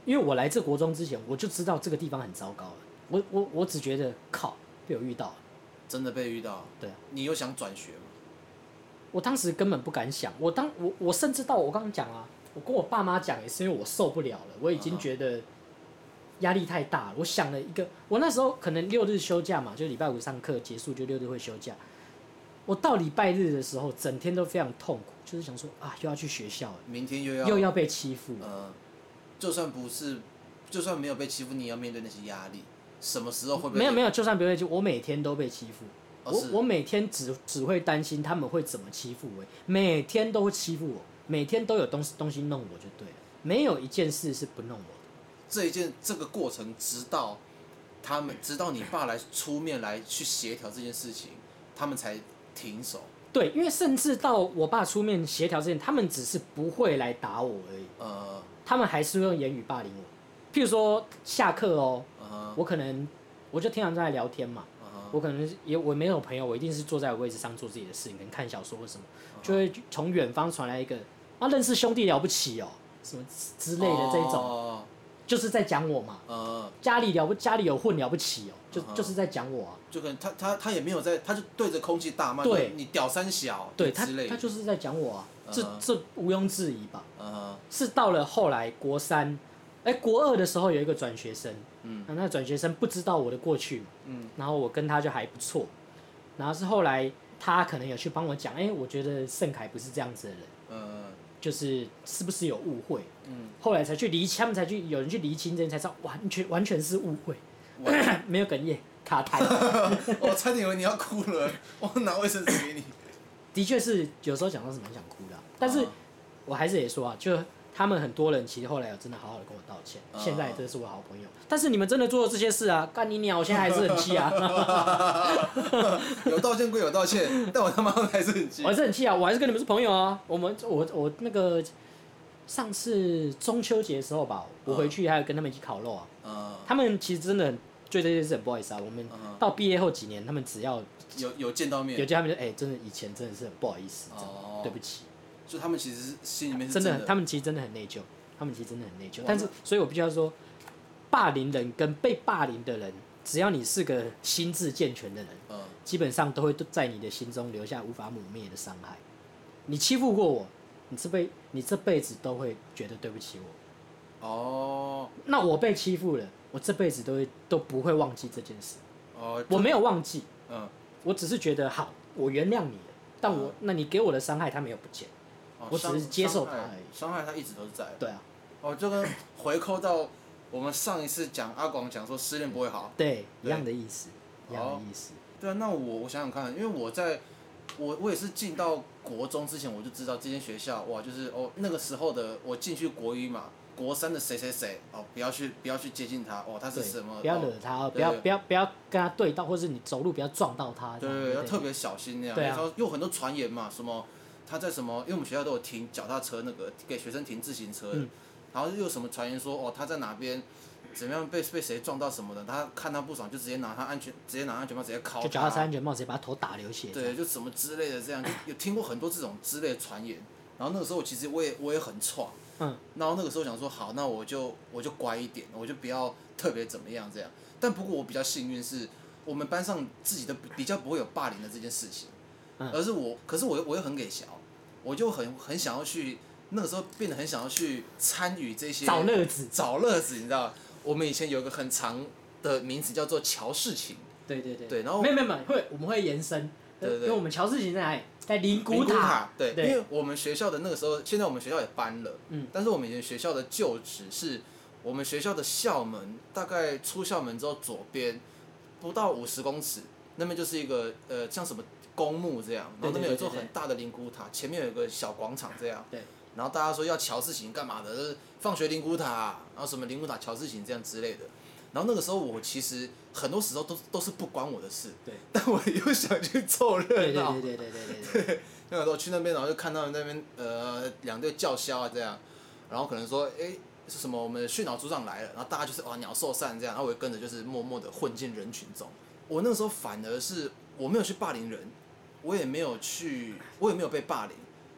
因为我来这国中之前，我就知道这个地方很糟糕了。我我我只觉得靠，被我遇到了。 真的被遇到。 对啊。 你有想转学吗？ 我当时根本不敢想，我当我我甚至到我刚刚讲啊，我跟我爸妈讲也是因为我受不了了，我已经觉得压力太大了。我想了一个，我那时候可能六日休假嘛，就礼拜五上课结束，就六日会休假。我到礼拜日的时候，整天都非常痛苦，就是想说啊，又要去学校了， 明天又要又要被欺负。 呃，就算不是，就算没有被欺负，你也要面对那些压力。什么时候会被？ 没有没有，就算不被欺负，我每天都被欺负。 哦、 我我每天只只会担心他们会怎么欺负我，每天都会欺负我，每天都有东西东西弄我就对了，没有一件事是不弄我的。 这一件这个过程，直到他们直到你爸来出面来去协调这件事情，他们才停手。 对，因为甚至到我爸出面协调之前，他们只是不会来打我而已。呃，他们还是会用言语霸凌我。譬如说下课哦， uh-huh. 我可能我就听他们在聊天嘛。我可能也我没有朋友，我一定是坐在我位置上做自己的事情，可能看小说或什么，就会从远方传来一个啊，认识兄弟了不起哦，什么之类的这一种，哦、就是在讲我嘛。呃、家里了不家里有混了不起哦，就、呃、就是在讲我啊。 就可能他他他也没有在，他就对着空气大骂， 对， 你屌三小， 对他他就是在讲我啊，呃、这这毋庸置疑吧。 呃、 是到了后来国三，哎、欸、国二的时候有一个转学生。嗯，那转学生不知道我的过去嘛，嗯，然后我跟他就还不错，然后是后来他可能有去帮我讲，哎、欸，我觉得盛凯不是这样子的人，嗯，就是是不是有误会，嗯，后来才去厘清，他们才去有人去厘清这件，才知道完全完全是误会，没有哽咽，卡痰， 我差点以为你要哭了，我拿卫生纸给你。 的确是有时候讲到是蛮想哭的、啊，但是我还是也说啊，就。他们很多人其实后来有真的好好的跟我道歉，呃、现在真的是我好朋友。但是你们真的做了这些事啊，干你鸟！我现在还是很气啊。 有道歉归有道歉，但我他妈还是很气。 我还是很气啊！我还是跟你们是朋友啊。我们我我那个上次中秋节的时候吧，我回去还有跟他们一起烤肉啊。呃、他们其实真的很对这件事很不好意思啊。我们到毕业后几年，他们只要有有见到面， 有见他们就哎、欸，真的以前真的是很不好意思，哦、对不起。 就他们其实心里面是真的， 真的他们其实真的很内疚，他们其实真的很内疚。但是，所以我必须要说，霸凌人跟被霸凌的人，只要你是个心智健全的人，嗯、基本上都会在你的心中留下无法抹灭的伤害。你欺负过我，你这辈你这辈子都会觉得对不起我。哦。那我被欺负了，我这辈子都会都不会忘记这件事。哦。我没有忘记。嗯。我只是觉得好，我原谅你了，但我、嗯、那你给我的伤害，他没有不见。我只是接受它而已， 伤害它一直都是在。 对啊， 哦，就跟回扣到我们上一次讲阿广讲说失恋不会好， 对，一样的意思，一样的意思。 对啊，那我我想想看，因为我在，我我也是进到国中之前我就知道这间学校，哇，就是哦那个时候的我进去国一嘛，国三的谁谁谁哦，不要去不要去接近他，哦他是什么？ 不要惹他，不要不要不要跟他对到，或是你走路不要撞到他。 对对，要特别小心那样。对啊。又有很多传言嘛，什么？他在什么？因为我们学校都有停脚踏车，那个给学生停自行车的，嗯、然后又有什么传言说，哦，他在哪边怎么样被被谁撞到什么的，他看他不爽就直接拿他安全，直接拿安全帽直接敲他。 就脚踏车安全帽直接把他头打流血。 对，就什么之类的这样，就有听过很多这种之类的传言。然后那个时候其实我也我也很闯，嗯，然后那个时候想说，好，那我就我就乖一点，我就不要特别怎么样这样。但不过我比较幸运是，我们班上自己的比较不会有霸凌的这件事情。而是我，可是我又我又很给小，我就很很想要去，那个时候变得很想要去参与这些找乐子， 找乐子，你知道？我们以前有一个很长的名字叫做乔事情， 对对对， 对，然后没有没有会我们会延伸，对对，因为我们乔事情在哪里？在灵骨塔， 对，因为我们学校的那个时候，现在我们学校也搬了，嗯，但是我们以前学校的旧址是我们学校的校门，大概出校门之后左边不到五十公尺，那边就是一个呃像什么。公墓这样，然后那边有一座很大的灵骨塔，前面有一个小广场这样。对。然后大家说要乔事情干嘛的？就是放学灵骨塔，然后什么灵骨塔乔事情这样之类的。然后那个时候我其实很多时候都都是不关我的事。对。但我又想去凑热闹。 对对对对对对对。 那个时候去那边，然后就看到那边呃两队叫嚣啊这样，然后可能说哎是什么我们训导组长来了，然后大家就是哇鸟兽散这样，然后我也跟着就是默默的混进人群中。我那个时候反而是我没有去霸凌人。我也没有去，我也没有被霸凌，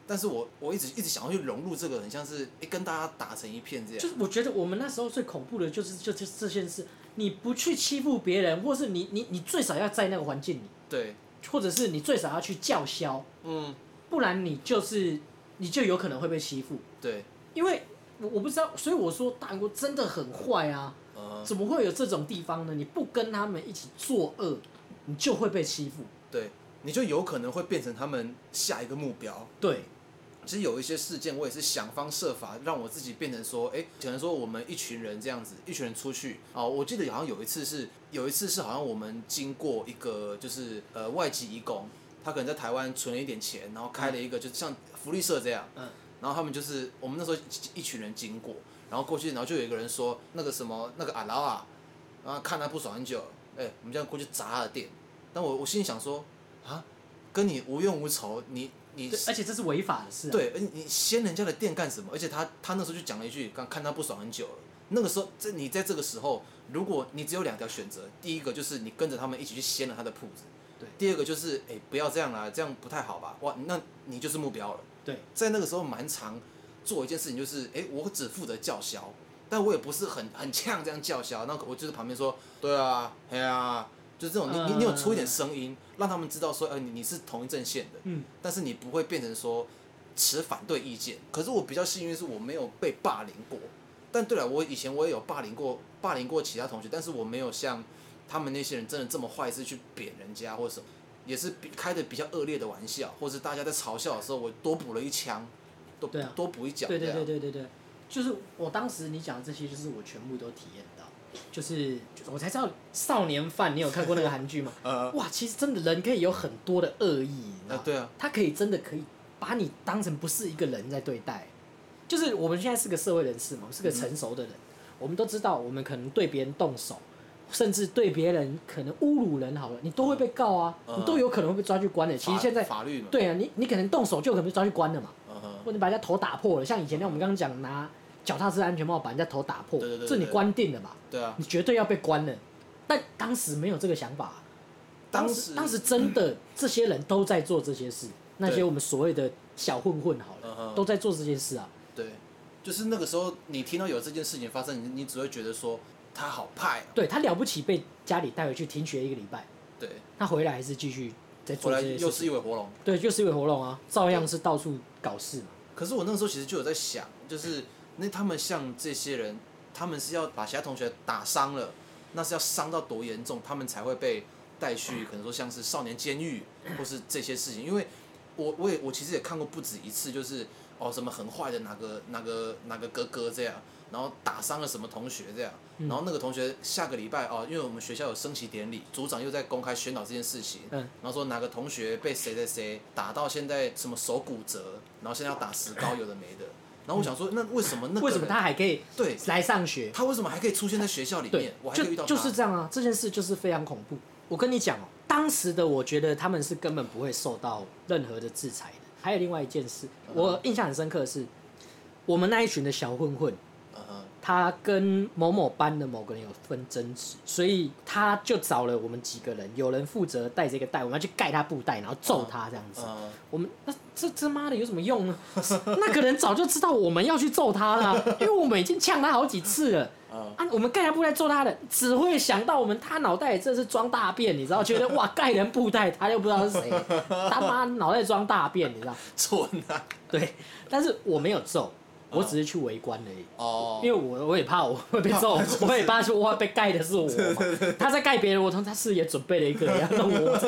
但是我我一直一直想要去融入这个，很像是哎跟大家打成一片这样。 就是我觉得我们那时候最恐怖的就是就就这件事，你不去欺负别人，或是你你你最少要在那个环境里， 对， 或者是你最少要去叫嚣，嗯，不然你就是你就有可能会被欺负。 对， 因为我我不知道，所以我说大韩国真的很坏啊，嗯、怎么会有这种地方呢？你不跟他们一起作恶，你就会被欺负。 对，你就有可能会变成他们下一个目标。 对。 其实有一些事件，我也是想方设法让我自己变成说，哎，可能说我们一群人这样子，一群人出去哦，我记得好像有一次是，有一次是好像我们经过一个就是呃外籍移工，他可能在台湾存了一点钱，然后开了一个就是像福利社这样，嗯，然后他们就是我们那时候一群人经过，然后过去，然后就有一个人说那个什么那个阿劳啊，然后看他不爽很久，哎，我们这样过去砸他的店，但我我心里想说啊，跟你无冤无仇，你。你而且这是违法的事、啊。 对，而你掀人家的店干什么？而且他他那时候就讲了一句，刚看他不爽很久了。那个时候，这你在这个时候，如果你只有两条选择，第一个就是你跟着他们一起去掀了他的铺子， 对。 第二个就是，哎、欸，不要这样啦，这样不太好吧？哇，那你就是目标了。 对。 在那个时候蛮常做一件事情，就是，哎、欸，我只负责叫嚣，但我也不是很很呛这样叫嚣，那我就是旁边说，对啊，嘿啊。就是这种，你你你有出一点声音，让他们知道说，呃，你你是同一阵线的，嗯，但是你不会变成说持反对意见。可是我比较幸运是我没有被霸凌过，但对了，我以前我也有霸凌过，霸凌过其他同学，但是我没有像他们那些人真的这么坏，是去扁人家或什么，也是开的比较恶劣的玩笑，或是大家在嘲笑的时候，我多补了一枪，多、啊、多补一脚。 对对对对对对，就是我当时你讲的这些，就是我全部都体验到。就是我才知道少年犯，你有看过那个韩剧吗？呃、哇，其实真的人可以有很多的恶意，你知道吗？ 对啊， 他可以真的可以把你当成不是一个人在对待。就是我们现在是个社会人士嘛，是个成熟的人，嗯、我们都知道，我们可能对别人动手，甚至对别人可能侮辱人好了，你都会被告啊，呃、你都有可能会被抓去关的。其实现在法律嘛， 对啊，你你可能动手就可能被抓去关了嘛，呃、或者你把人家头打破了，像以前那我们刚刚讲拿。脚踏车安全帽把人家头打破， 对对对对这你关定了吧？ 对啊， 你绝对要被关了。但当时没有这个想法、啊，当时当时真的、嗯、这些人都在做这些事，那些我们所谓的小混混好了，嗯、都在做这件事啊。 对，就是那个时候你听到有这件事情发生，你你只会觉得说他好派、啊， 对他了不起，被家里带回去停学一个礼拜， 对， 他回来还是继续在做这些事情， 又是一尾活龙， 对，就是一尾活龙啊，照样是到处搞事嘛。 可是我那个时候其实就有在想，就是那他们像这些人，他们是要把其他同学打伤了，那是要伤到多严重，他们才会被带去可能说像是少年监狱或是这些事情。因为我我也我其实也看过不止一次，就是哦什么很坏的哪个哪个哪个哥哥这样，然后打伤了什么同学这样，然后那个同学下个礼拜哦，因为我们学校有升旗典礼，组长又在公开宣导这件事情，然后说哪个同学被谁谁谁打到现在什么手骨折，然后现在要打石膏，有的没的。然后我想说，那为什么那个为什么他还可以对来上学？ 他为什么还可以出现在学校里面？我还可以遇到他。 就是这样啊，这件事就是非常恐怖。我跟你讲哦，当时的我觉得他们是根本不会受到任何的制裁的。还有另外一件事，我印象很深刻的是，我们那一群的小混混，他跟某某班的某个人有分争执，所以他就找了我们几个人，有人负责带这个带，我们要去盖他布袋，然后揍他这样子。Uh, uh, 我们那这这妈的有什么用呢？那个人早就知道我们要去揍他了，因为我们已經呛他好幾次了。Uh, 啊，我們蓋他布袋揍他的，只會想到我們他腦袋真是裝大便，你知道？覺得哇蓋人布袋，他又不知道是誰，他媽腦袋裝大便，你知道？ 蠢啊！ 對，但是我沒有揍。我只是去圍觀而已， 哦， 因為我我也怕我會被揍，我也怕說哇被蓋的是我嘛，他在蓋別人，我從他是也準備了一個要弄我，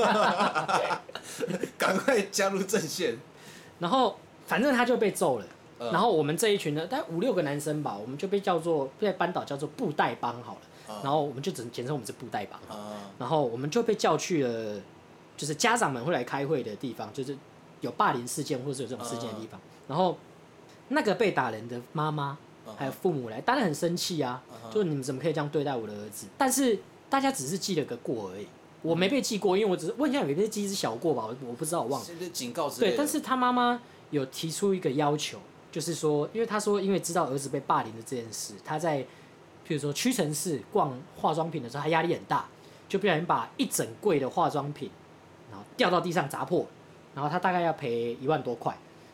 趕快加入陣線。 然後反正他就被揍了，嗯、然後我們這一群呢，大概五六個男生吧，我們就被叫做被班導叫做布袋幫好了，嗯、然後我們就只簡稱我們是布袋幫，嗯、然後我們就被叫去了，就是家長們會來開會的地方，就是有霸凌事件或者有這種事件的地方，嗯、然後。那個被打人的媽媽還有父母來，當然很生氣啊， uh-huh. 就你們怎麼可以這樣對待我的兒子？但是大家只是記了個過而已，我沒被記過，因為我只是問一下有沒有記一是小過吧，我不知道我忘了。 警告之類的。 對，但是他媽媽有提出一個要求，就是說，因為他說因為知道兒子被霸凌的這件事，他在譬如說屈臣氏逛化妝品的時候，他壓力很大，就不小心把一整櫃的化妝品，然後掉到地上砸破，然後他大概要賠一萬多塊。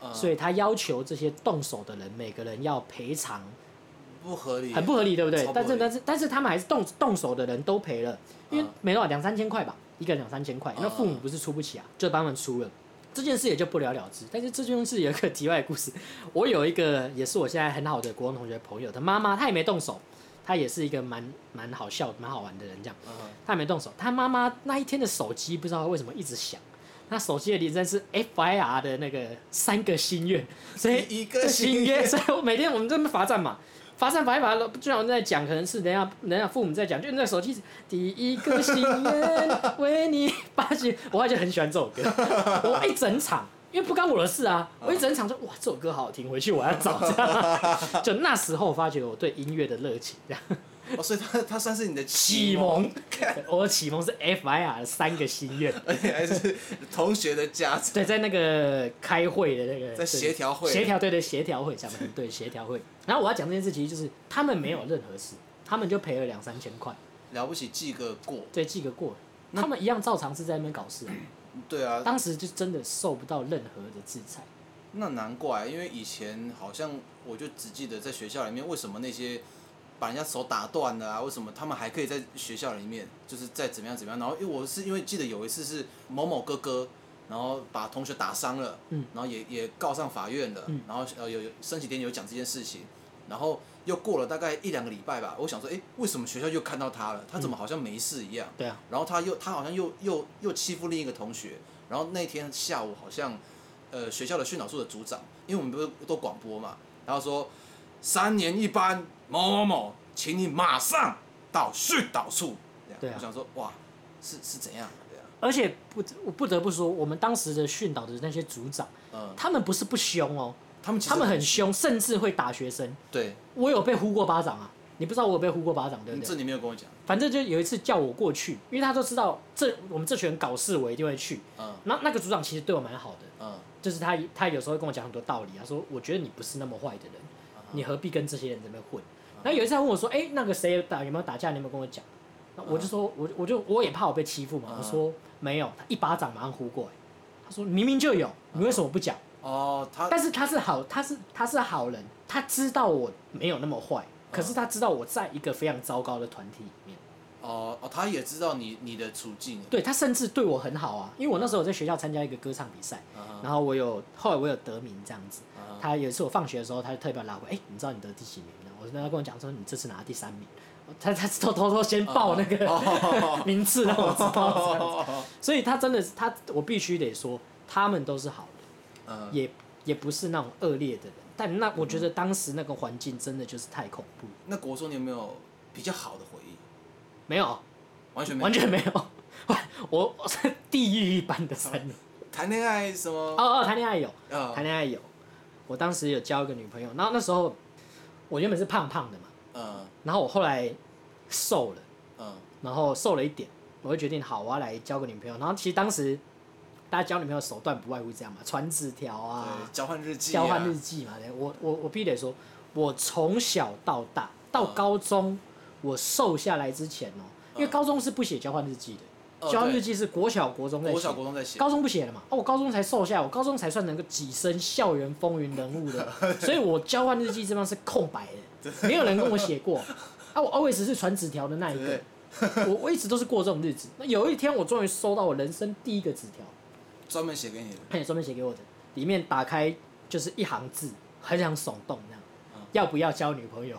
嗯、 所以他要求这些动手的人每个人要赔偿。 不合理， 很不合理，对不对？ 不但是但是但是他们还是动动手的人都赔了，因为没多少两三千块吧，一个人两三千块，那父母不是出不起啊，就帮他们出了，这件事也就不了了之。但是这件事有一个题外的故事，我有一个也是我现在很好的国中同学朋友，他妈妈她也没动手，她也是一个蛮蛮好笑蛮好玩的人这样，她也没动手，她妈妈那一天的手机不知道为什么一直响。他手机的铃声是 F I R 的那个三个心愿，所以一个心愿，所以我每天我们这边罚站嘛。罚站罚一罚，就像我在讲，可能是人家人家父母在讲，就那个手机第一个心愿为你把心，我还就很喜欢这首歌，我一整场，因为不干我的事啊，我一整场就哇这首歌好好听，回去我要找这样，就那时候发觉我对音乐的热情这样。 哦，所以他他算是你的启蒙，我的启蒙是 F I R 的三个心愿， 而且还是同学的家长。 对，在那个开会的那个， 在协调会， 协调对对协调会上面，对协调会。然后我要讲这件事，其实就是他们没有任何事，他们就赔了两三千块， 了不起记个过， 对，记个过，他们一样照常是在那边搞事、啊。 对啊， 当时就真的受不到任何的制裁。 那难怪，因为以前好像我就只记得在学校里面，为什么那些把人家手打断了啊？为什么他们还可以在学校里面，就是再怎么样怎么样？然后因为我是因为记得有一次是某某哥哥，然后把同学打伤了，嗯、然后也也告上法院了，嗯、然后呃有有升旗典礼有讲这件事情，然后又过了大概一两个礼拜吧，我想说，哎，为什么学校又看到他了？他怎么好像没事一样？ 对啊。 然后他又他好像又又又欺负另一个同学，然后那天下午好像，呃学校的训导处的组长，因为我们不是都广播嘛，然后说三年一班。某某某，请你马上到训导处。对啊，我想说，哇，是是怎样？对啊。 而且不，我不得不说，我们当时的训导的那些组长，嗯、他们不是不凶哦， 他们他们很凶，甚至会打学生。 对。 我有被呼过巴掌啊，你不知道我有被呼过巴掌，对不对？ 这你没有跟我讲。 反正就有一次叫我过去，因为他都知道这我们这群人搞事，我一定会去。嗯。那那个组长其实对我蛮好的。嗯。就是他他有时候会跟我讲很多道理，他说我觉得你不是那么坏的人，嗯、你何必跟这些人在那边混？然后有一次他问我说：“哎、欸，那个谁打有没有打架？你有没有跟我讲？”那我就说：“我我就我也怕我被欺负嘛。Uh ”我说：“没有。”他一巴掌马上呼过来。他说：“明明就有，你为什么不讲？” 哦，他。 但是他是好，他是他是好人，他知道我没有那么坏，可是他知道我在一个非常糟糕的团体里面。 哦哦，他也知道你你的处境。 对，他甚至对我很好啊，因为我那时候我在学校参加一个歌唱比赛， uh-huh. 然后我有后来我有得名这样子。Uh-huh. 他有一次我放学的时候，他就特别拉回，哎、欸，你知道你得第几名？我他跟我讲说你这次拿第三名，他他偷偷偷先报那个、uh-huh. 名次让我知道， uh-huh. 所以他真的是他，我必须得说，他们都是好人， uh-huh. 也也不是那种恶劣的人，但那我觉得当时那个环境真的就是太恐怖。 那国中你有没有比较好的回忆？ 没有， 完全没有， 完全没有，我我是地狱一般的三年。 谈恋爱什么？ 哦哦，谈恋爱有，谈恋爱有，我当时有交一个女朋友，然后那时候。我原本是胖胖的嘛，嗯，然后我后来瘦了，嗯，然后瘦了一点，我就决定好，我要来交个女朋友。然后其实当时大家交女朋友手段不外乎这样嘛，传纸条啊， 对，交换日记、啊， 交换日记嘛。我我我必须得说，我从小到大到高中，嗯、我瘦下来之前哦、喔，因为高中是不写交换日记的。交换日记是国小、国中在写， 国小、国中在写， 高中不写了嘛？哦，我高中才瘦下来，我高中才算能够跻身校园风云人物的，所以我交换日记这方是空白的，没有人跟我写过。啊，我 always 是传纸条的那一个，我我一直都是过这种日子。那有一天，我终于收到我人生第一个纸条， 专门写给你的， 嘿，专门写给我的，里面打开就是一行字，很想耸动这样。要不要交女朋友？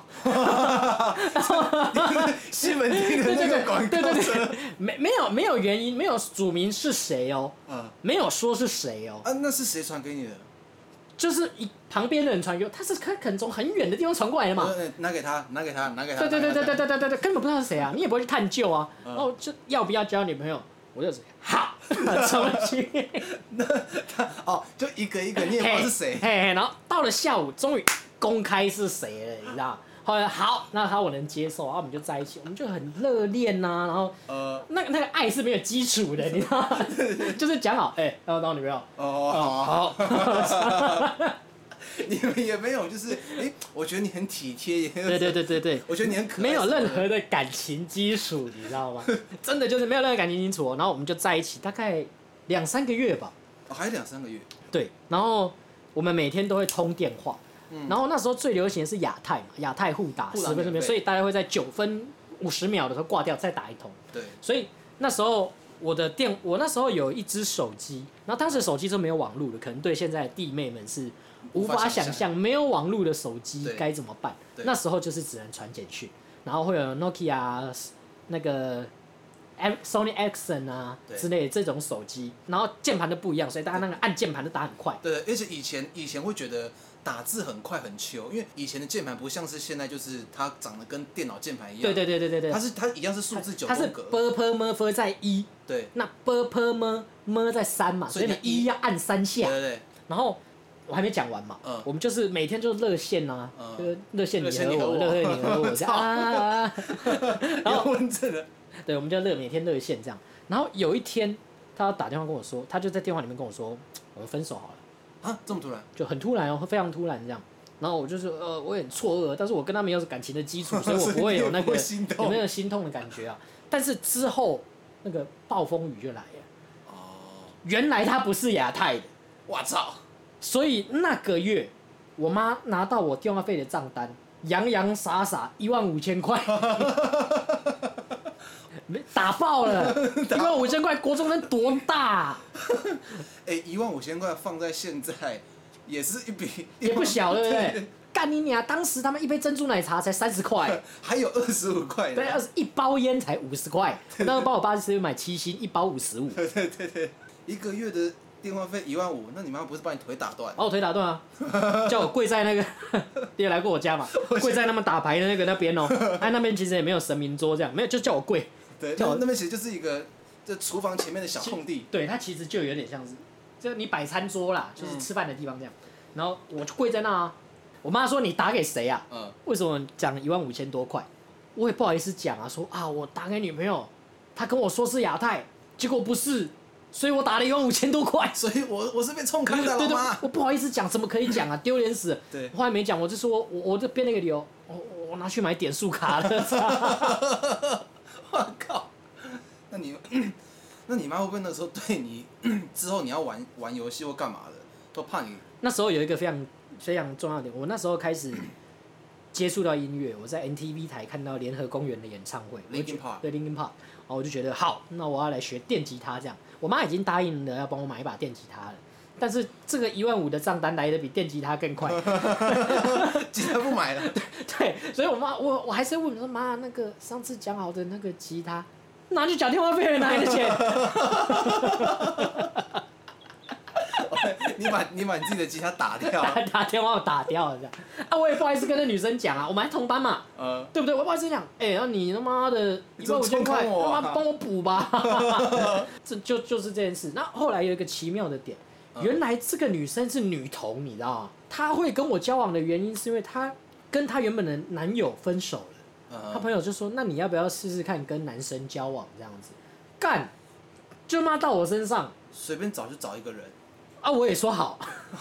西门町的那个广告， 对对对，没没有没有原因，没有署名是谁哦，嗯，没有说是谁哦。 啊，那是谁传给你的？ 就是一旁边的人传给我，他是他可能从很远的地方传过来的嘛。 拿给他，拿给他，拿给他。 对对对对对对对对，根本不知道是谁啊，你也不会去探究啊。然后就要不要交女朋友？我就好，冲去。 那他哦，就一个一个，你也不知道是谁。 嘿嘿，然后到了下午，终于公开是谁了，你知道？后来好，那他我能接受，然后我们就在一起，我们就很热恋呐，然后呃，那那个爱是没有基础的，你知道吗？就是讲好，哎、欸，要当女朋友。 哦，好。好你们也没有，就是哎、欸，我觉得你很体贴， 对对对对对， 我觉得你很可爱， 没有任何的感情基础，你知道吗？真的就是没有任何感情基础，然后我们就在一起大概两三个月吧， 哦，还两三个月。 对，然后我们每天都会通电话。 嗯、 然后那时候最流行的是亚太嘛，亚太互打十分钟，所以大家会在九分五十秒的时候挂掉，再打一通。 对， 所以那时候我的电，我那时候有一只手机，然后当时手机是没有网路的，可能对现在的弟妹们是无法想象没有网路的手机该怎么办。那时候就是只能传简讯，然后会有 Nokia 那个 Sony Ericsson 啊之类的这种手机，然后键盘都不一样，所以大家那个按键盘都打很快。 对，而且以前以前会觉得打字很快很秋，因为以前的键盘不像是现在，就是它长得跟电脑键盘一样。 对对对对对对。 它是它一样是数字九宫格。 它是 b p m f 在一。 对。 那 b p m m 在三嘛，所以你一要按三下。 对对对。 然后我还没讲完嘛， 嗯、 我们就是每天就是热线啊， 嗯、 就是热线你和我，热线你和我这样啊。然后问这个。 对，我们就热每天热线这样。然后有一天，他打电话跟我说，他就在电话里面跟我说，我们分手好了。 啊，这么突然？ 就很突然哦，非常突然这样。然后我就是呃，我也很错愕，但是我跟他没有感情的基础，所以我不会有那个有那个心痛的感觉啊。但是之后那个暴风雨就来了。哦。原来他不是亚太的。 我操！ 所以那个月，我妈拿到我电话费的账单，洋洋洒洒一万五千块。打爆了，一万五千块，国中生多大？ 哎、欸，一万五千块放在现在也是一笔， 也不小，对不对？干你娘！当时他们一杯珍珠奶茶才三十块， 还有二十五块。 对，二十一包烟才五十块。我当时帮我爸是买七星，一包五十五。 对对对对，一个月的电话费一万五，那你妈不是把你腿打断？ 把我腿打断啊！叫我跪在那个，你也来过我家嘛？跪在他们打牌的那个那边哦。哎，那边其实也没有神明桌这样，没有，就叫我跪。 对，那那边其实就是一个这厨房前面的小空地。 对，它其实就有点像是，就你摆餐桌啦，就是吃饭的地方这样。嗯、然后我就跪在那啊，我妈说你打给谁啊？嗯。为什么讲一万五千多块？我也不好意思讲啊，说啊我打给女朋友，她跟我说是亚太，结果不是，所以我打了一万五千多块。 所以我我是被冲康的老妈。 对对，我不好意思讲，怎么可以讲啊？丢脸死了。 对。 我后来没讲，我就说我我这编了一个理由，我我拿去买点数卡了。 我靠！那你，那你妈会不会那时候对你之后你要玩玩游戏或干嘛的，都怕你？ 那时候有一个非常非常重要的点，我那时候开始接触到音乐，我在 N T V 台看到联合公园的演唱会 ，Linkin Park， 对 Linkin Park， 然后我就觉得好，那我要来学电吉他这样。我妈已经答应了要帮我买一把电吉他了，但是这个一万五的账单来的比电吉他更快。 吉他不买了。 对，所以我妈我我还是问说妈，那个上次讲好的那个吉他，拿去缴电话费哪来的钱？ 你把你把你自己的吉他打掉， 打打电话打掉了这样。啊，我也不好意思跟那女生讲啊，我们还同班嘛，呃、对不对？我不好意思讲，哎、欸，那你他妈的一万五千块，他妈帮我补吧。这就就是这件事。那后来有一个奇妙的点，原来这个女生是女同，你知道吗？她会跟我交往的原因是因为她跟她原本的男友分手了，她、uh huh. 朋友就说，那你要不要试试看跟男生交往这样子？干，就骂到我身上， 随便找就找一个人。 啊，我也说好，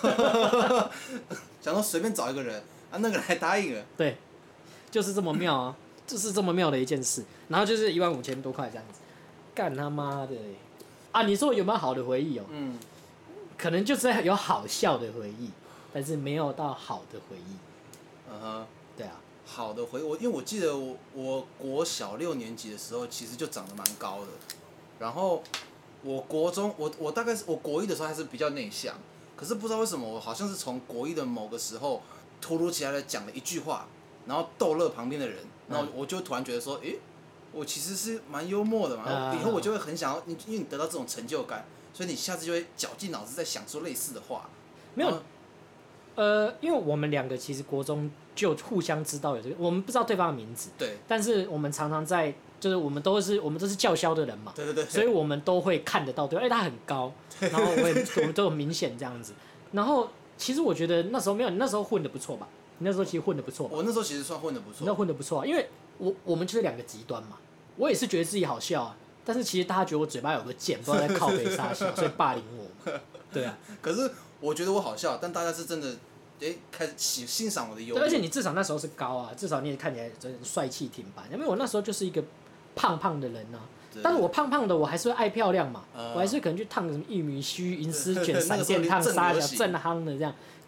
想说随便找一个人啊，那个人还答应了。 对，就是这么妙啊，就是这么妙的一件事。然后就是一万五千多块这样子，干他妈的啊！你说有没有好的回忆哦？嗯，可能就是有好笑的回忆，但是没有到好的回忆。 嗯哼、uh， huh. 对啊， 好的回忆，我因为我记得我我国小六年级的时候，其实就长得蛮高的，然后。我国中，我我大概是我国一的时候还是比较内向，可是不知道为什么，我好像是从国一的某个时候，突如其来的讲了一句话，然后逗乐旁边的人，然后我就突然觉得说，诶、欸，我其实是蛮幽默的嘛，以后我就会很想要你，因为你得到这种成就感，所以你下次就会绞尽脑汁在想出类似的话。 没有，呃，因为我们两个其实国中就互相知道有这个，我们不知道对方的名字， 对， 但是我们常常在。就是我们都是我们都是叫嚣的人嘛， 对对对， 所以我们都会看得到对方，哎，他很高，然后我也我们都很明显这样子。然后其实我觉得那时候没有，你那时候混得不错吧？你那时候其实混得不错。 我那时候其实算混得不错。 你那混得不错啊，因为我我们就是两个极端嘛。我也是觉得自己好笑啊，但是其实大家觉得我嘴巴有个茧，不知道在靠北啥笑，所以霸凌我。对啊。 可是我觉得我好笑，但大家是真的。哎，开始欣欣赏我的优点。 而且你至少那时候是高啊，至少你也看起来真帅气挺拔。因为我那时候就是一个胖胖的人啊，但是我胖胖的，我还是会爱漂亮嘛，呃、我还是可能去烫什么玉米须、银丝卷、闪电烫、沙小正夯的这样。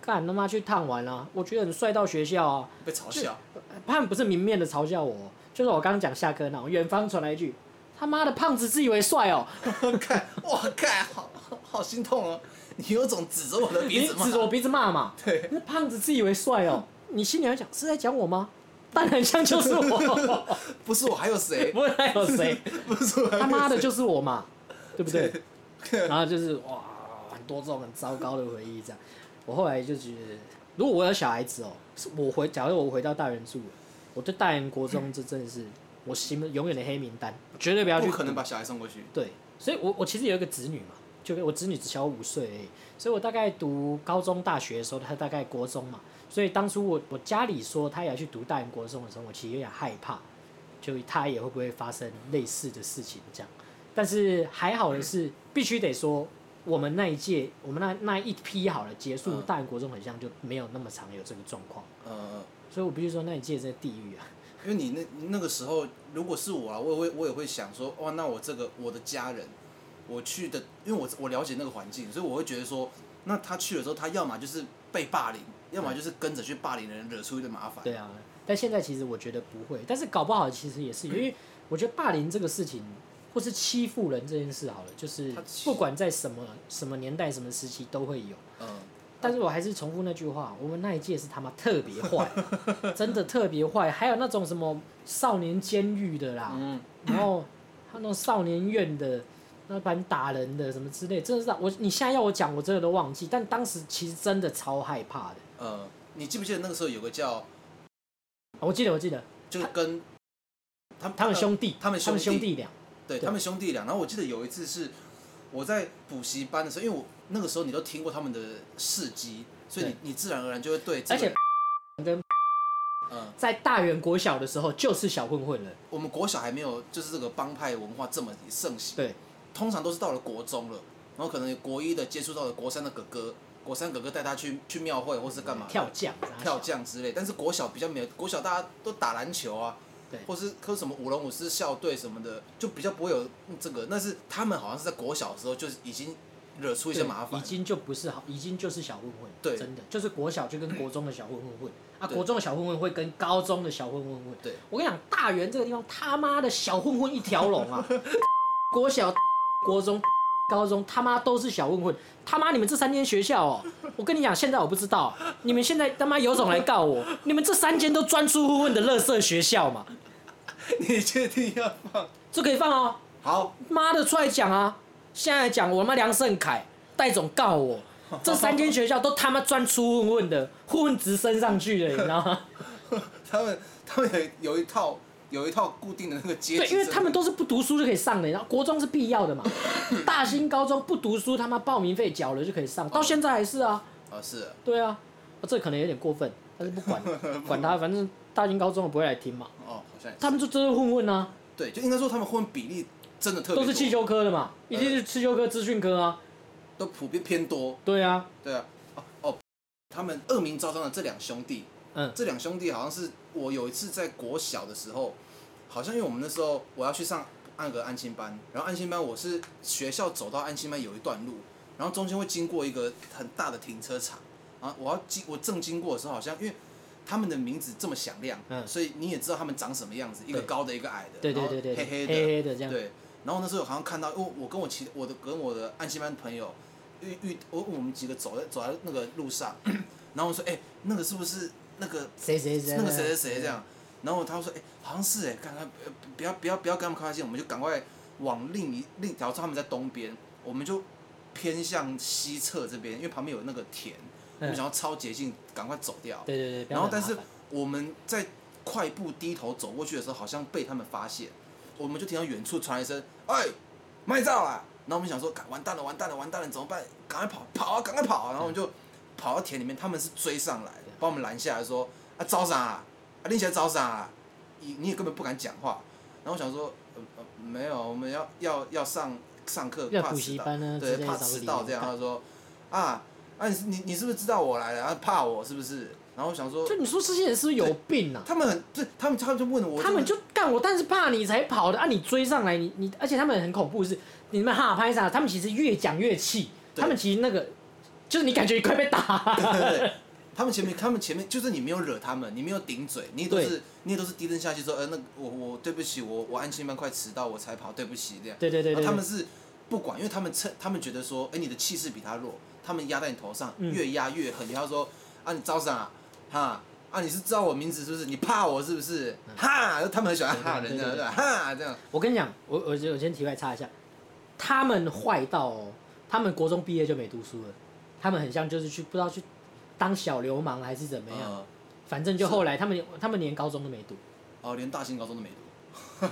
干他妈去烫完啊，我觉得很帅到学校啊。 被嘲笑。 他们不是明面的嘲笑我，就是我刚刚讲下课那种，远方传来一句：“他妈的胖子自以为帅哦。” 看，我看，好好心痛哦。你有种指着我的鼻子骂， 你指着我鼻子骂嘛？ 对， 那胖子自以为帅哦。你心里还讲是在讲我吗？当然像就是我， 不是我还有谁？ 不是还有谁？ 不是我， 他妈的就是我嘛，对不对？然后就是哇，很多这种很糟糕的回忆这样。我后来就觉得，如果我有小孩子哦，我回，假如我回到大园住了，我对大园国中这真的是我心永远的黑名单，绝对不要去。 不可能把小孩送过去。 对，所以我我其实有一个侄女嘛。就我侄女只小我五岁而已，所以我大概读高中、大学的时候，她大概国中嘛，所以当初我我家里说她也要去读大园国中的时候，我其实有点害怕，就她也会不会发生类似的事情这样。但是还好的是，必须得说，我们那一届，我们那那一批好了结束，大园国中很像就没有那么常有这个状况。嗯嗯。所以我必须说那一届真的地狱啊。 因为你那那个时候，如果是我啊，我也会我也会想说，哇，那我这个我的家人。我去的，因为我我了解那个环境，所以我会觉得说，那他去了之后，他要么就是被霸凌，要么就是跟着去霸凌的人惹出一堆麻烦。 对啊，但现在其实我觉得不会，但是搞不好其实也是，因为我觉得霸凌这个事情，或是欺负人这件事好了，就是不管在什么什么年代、什么时期都会有。嗯。但是我还是重复那句话，我们那一届是他妈特别坏，真的特别坏，还有那种什么少年监狱的啦，嗯、然后还有那种少年院的。那把你打人的什么之类，真的是我你现在要我讲，我真的都忘记。但当时其实真的超害怕的。 呃，你记不记得那个时候有个叫？ 我记得，我记得， 就是跟他他们兄弟， 他们兄弟俩， 对他们兄弟俩。然后我记得有一次是我在补习班的时候，因为我那个时候你都听过他们的事迹，所以你你自然而然就会对这个。 而且跟在大园国小的时候就是小混混了。 我们国小还没有就是这个帮派文化这么盛行。 对。 通常都是到了国中了，然后可能国一的接触到了国三的哥哥，国三哥哥带他去去庙会或是干嘛跳将跳将之类。但是国小比较没有，国小大家都打篮球啊，对，或是或什么舞龙舞狮校队什么的，就比较不会有这个。但是他们好像是在国小的时候就已经惹出一些麻烦， 已经就不是好，已经就是小混混， 对， 真的就是国小就跟国中的小混混混啊，国中的小混混会跟高中的小混混混。 对， 我跟你讲，大园这个地方他妈的小混混一条龙啊，国小、国中。高中他妈都是小混混，他妈你们这三间学校哦，我跟你讲，现在我不知道，你们现在他妈有种来告我，你们这三间都专出混混的垃圾学校嘛？ 你确定要放？ 这可以放哦。 好， 妈的出来讲啊！现在讲我他妈梁胜凯、戴总告我，这三间学校都他妈专出混混的，混混直升上去了，你知道吗？ 他们他们有有一套。有一套固定的那个阶级， 对，因为他们都是不读书就可以上的，然后国中是必要的嘛。大兴高中不读书，他妈报名费缴了就可以上，到现在还是啊。 啊，是。 对啊，这可能有点过分，但是不管，管他，反正大兴高中我不会来听嘛。 哦，好像。 他们就真的混混啊。 对，就应该说他们混比例真的特别多。 都是汽修科的嘛，一定是汽修科、资讯科啊。 都普遍偏多。 对啊。 对啊。哦哦，他们恶名昭彰的这两兄弟。嗯，这两兄弟好像是我有一次在国小的时候，好像因为我们那时候我要去上那个安亲班，然后安亲班我是学校走到安亲班有一段路，然后中间会经过一个很大的停车场，然后我要经我正经过的时候，好像因为他们的名字这么响亮，嗯，所以你也知道他们长什么样子，一个高的，一个矮的， 对对对对， 黑黑的， 黑黑的这样， 对。然后那时候好像看到，因为我跟我其我的跟我的安亲班朋友遇遇我我们几个走在走在那个路上，然后我说，哎、欸，那个是不是？那个谁谁谁， 那个谁谁谁这样，然后他说，哎、欸，好像是哎、欸，看他不要不要不要跟他们靠近，我们就赶快往另一另一条，他们在东边，我们就偏向西侧这边，因为旁边有那个田，我们想要超捷径，赶快走掉。 对对对。 然后但是我们在快步低头走过去的时候，好像被他们发现，我们就听到远处传来一声，哎，卖照啊！然后我们想说，完蛋了完蛋了完蛋了，怎么办？赶快跑跑啊赶快跑啊！然后我们就跑到田里面，他们是追上来。把我们拦下来说啊，招啥啊？啊，你起来招啥啊？你你也根本不敢讲话。然后我想说，呃呃，没有，我们要要要上上课，怕迟到，对，怕迟到这样。他说，啊啊，你你你是不是知道我来了？啊，怕我是不是？然后我想说， 就你说这些人是不是有病啊？ 他们很，对，他们他们就问我， 他们就干我，但是怕你才跑的啊！你追上来，你你，而且他们很恐怖的是，你们哈拍啥？他们其实越讲越气，他们其实那个。 就是你感觉你快被打。 对对对，他们前面他们前面就是你没有惹他们，你没有顶嘴，你也都是你也都是低声下气说，呃，那我我对不起，我我安亲班快迟到，我才跑，对不起这样。 对对对对。 他们是不管，因为他们趁他们觉得说，哎，你的气势比他弱，他们压在你头上，越压越狠。他说，啊，你招啥啊？哈。啊，你是知道我名字是不是？你怕我是不是？哈，他们很喜欢哈人的，对吧？哈，这样。 我跟你讲，我我我先题外插一下，他们坏到哦，他们国中毕业就没读书了，他们很像就是去不知道去当小流氓还是怎么样，反正就后来他们他们连高中都没读。 哦，连大型高中都没读。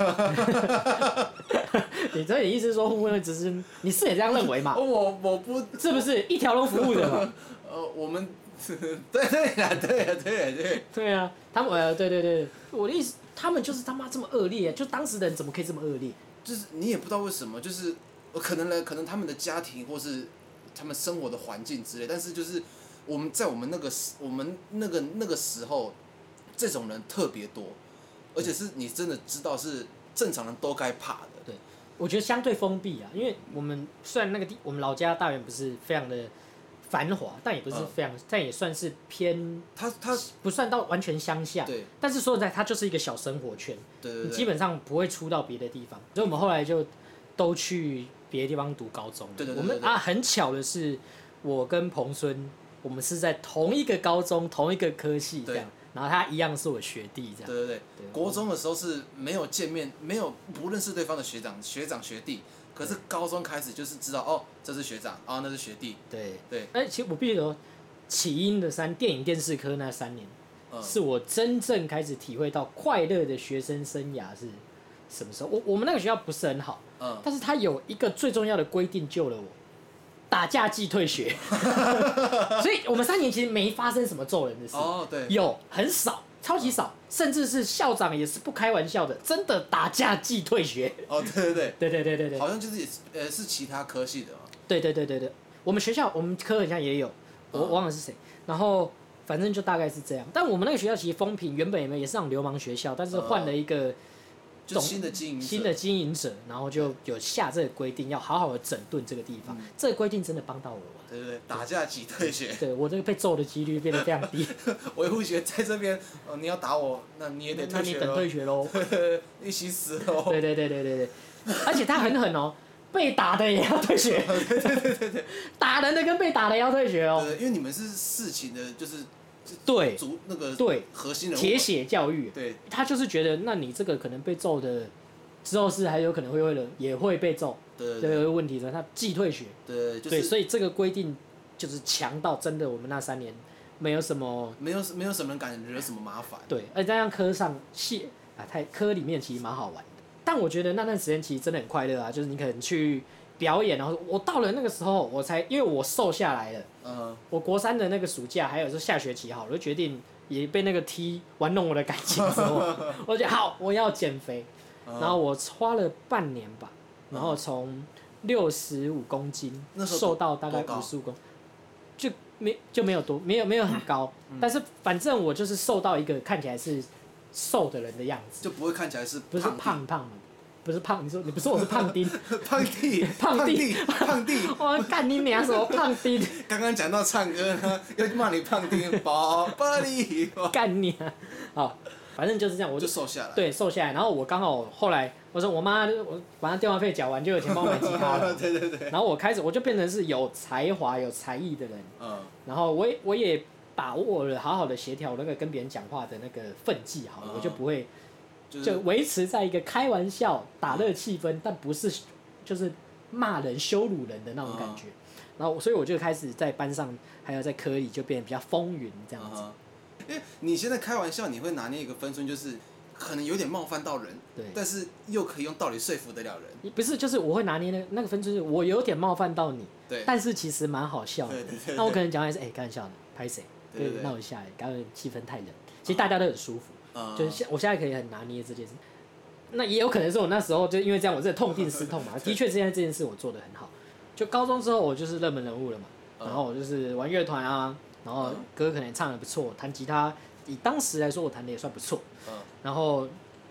你这你意思是说会不会只是你是也这样认为嘛？ 我我不是不是一条龙服务的嘛？ 呃，我们。对对呀，对呀，对呀，对。 对啊，他们呃，对对对，我的意思，他们就是他妈这么恶劣，就当时的人怎么可以这么恶劣？ 就是你也不知道为什么，就是可能呢，可能他们的家庭或是他们生活的环境之类，但是就是我们在我们那个时，我们那个那个时候，这种人特别多，而且是你真的知道是正常人都该怕的。 对，我觉得相对封闭啊，因为我们虽然那个地，我们老家大园不是非常的繁华，但也不是非常，嗯、但也算是偏， 它它不算到完全乡下， 对。 但是说实在，它就是一个小生活圈， 对对对， 你基本上不会出到别的地方，所以我们后来就都去别的地方读高中。 对对对对对， 我们啊，很巧的是，我跟彭孙，我们是在同一个高中，同一个科系这样，然后他一样是我学弟这样。 对对对，对国中的时候是没有见面，没有不认识对方的学长、学长学弟。可是高中开始就是知道哦，这是学长，哦，那是学弟。 对对。 哎，其实我必须说，起因的三电影电视科那三年，嗯、是我真正开始体会到快乐的学生生涯是什么时候。我我们那个学校不是很好，嗯、但是它有一个最重要的规定救了我，打架即退学。所以我们三年其实没发生什么揍人的事。 哦，对。 有很少。超级少，甚至是校长也是不开玩笑的，真的打架即退学。 哦，对对对， 对对对对对， 好像就是也呃是其他科系的嘛。 对对对对对，我们学校我们科好像也有，我我忘了是谁，然后反正就大概是这样。但我们那个学校其实风评原本也没也是那种流氓学校，但是换了一个。 就新的经营者， 新的经营者，然后就有下这个规定，要好好的整顿这个地方。嗯、这个规定真的帮到我了。 对对对，打架即退学。 对我这个被揍的几率变得非常低。 维护学在这边，呃，你要打我，那你也得退学。 那你等退学喽。 一起死喽。 对对对对对对，而且他很狠哦，被打的也要退学。 对对对对对， 打人的跟被打的也要退学哦。 对，因为你们是事情的，就是。 对， 主那个对核心人物铁血教育， 对， 他就是觉得，那你这个可能被揍的之后是还有可能会为了也会被揍， 对， 这个问题呢，他既退学， 对，就是、 对，所以这个规定就是强到真的我们那三年没有什么， 没有没有什么人敢惹什么麻烦， 对，而且这样科上系啊，太科里面其实蛮好玩的，但我觉得那段时间其实真的很快乐啊，就是你可能去。表演，然后我到了那个时候，我才因为我瘦下来了。嗯。我国三的那个暑假，还有是下学期，好，我就决定也被那个 T 玩弄我的感情之后，我就好，我要减肥。嗯、然后我花了半年吧，然后从六十五公斤瘦到大概五十五公，就没就没有多没有没有很高，嗯、但是反正我就是瘦到一个看起来是瘦的人的样子， 就不会看起来是不是胖胖的。不是胖，你说你不是我是胖丁， 胖弟， 胖弟， 胖弟， 我干你娘什么胖丁？ 刚刚讲到唱歌呢，又骂你胖丁，宝宝你， 干你啊！好，反正就是这样，我就瘦下来。 对，瘦下来，然后我刚好后来，我说我妈，我把她电话费缴完，就有钱帮我买吉他了。 对对对。 然后我开始，我就变成是有才华、有才艺的人。嗯。然后我也我也把握了好好的协调那个跟别人讲话的那个分际，好了，我就不会。就维持在一个开玩笑、打乐气氛，但不是就是骂人、羞辱人的那种感觉。然后，所以我就开始在班上，还有在科里就变得比较风云这样子。 因为你现在开玩笑，你会拿捏一个分寸，就是可能有点冒犯到人，对，但是又可以用道理说服得了人。 不是，就是我会拿捏那那个分寸，我有点冒犯到你， 对， 但是其实蛮好笑的。 对对对。 那我可能讲的是，哎，开玩笑的，拍谁？对，闹一下，刚刚气氛太冷，其实大家都很舒服。就是现我现在可以很拿捏这件事，那也有可能是我那时候就因为这样，我真的痛定思痛嘛。的确，现在这件事我做得很好。就高中之后，我就是热门人物了嘛，然后我就是玩乐团啊，然后歌可能唱得不错，弹吉他以当时来说我弹得也算不错。然后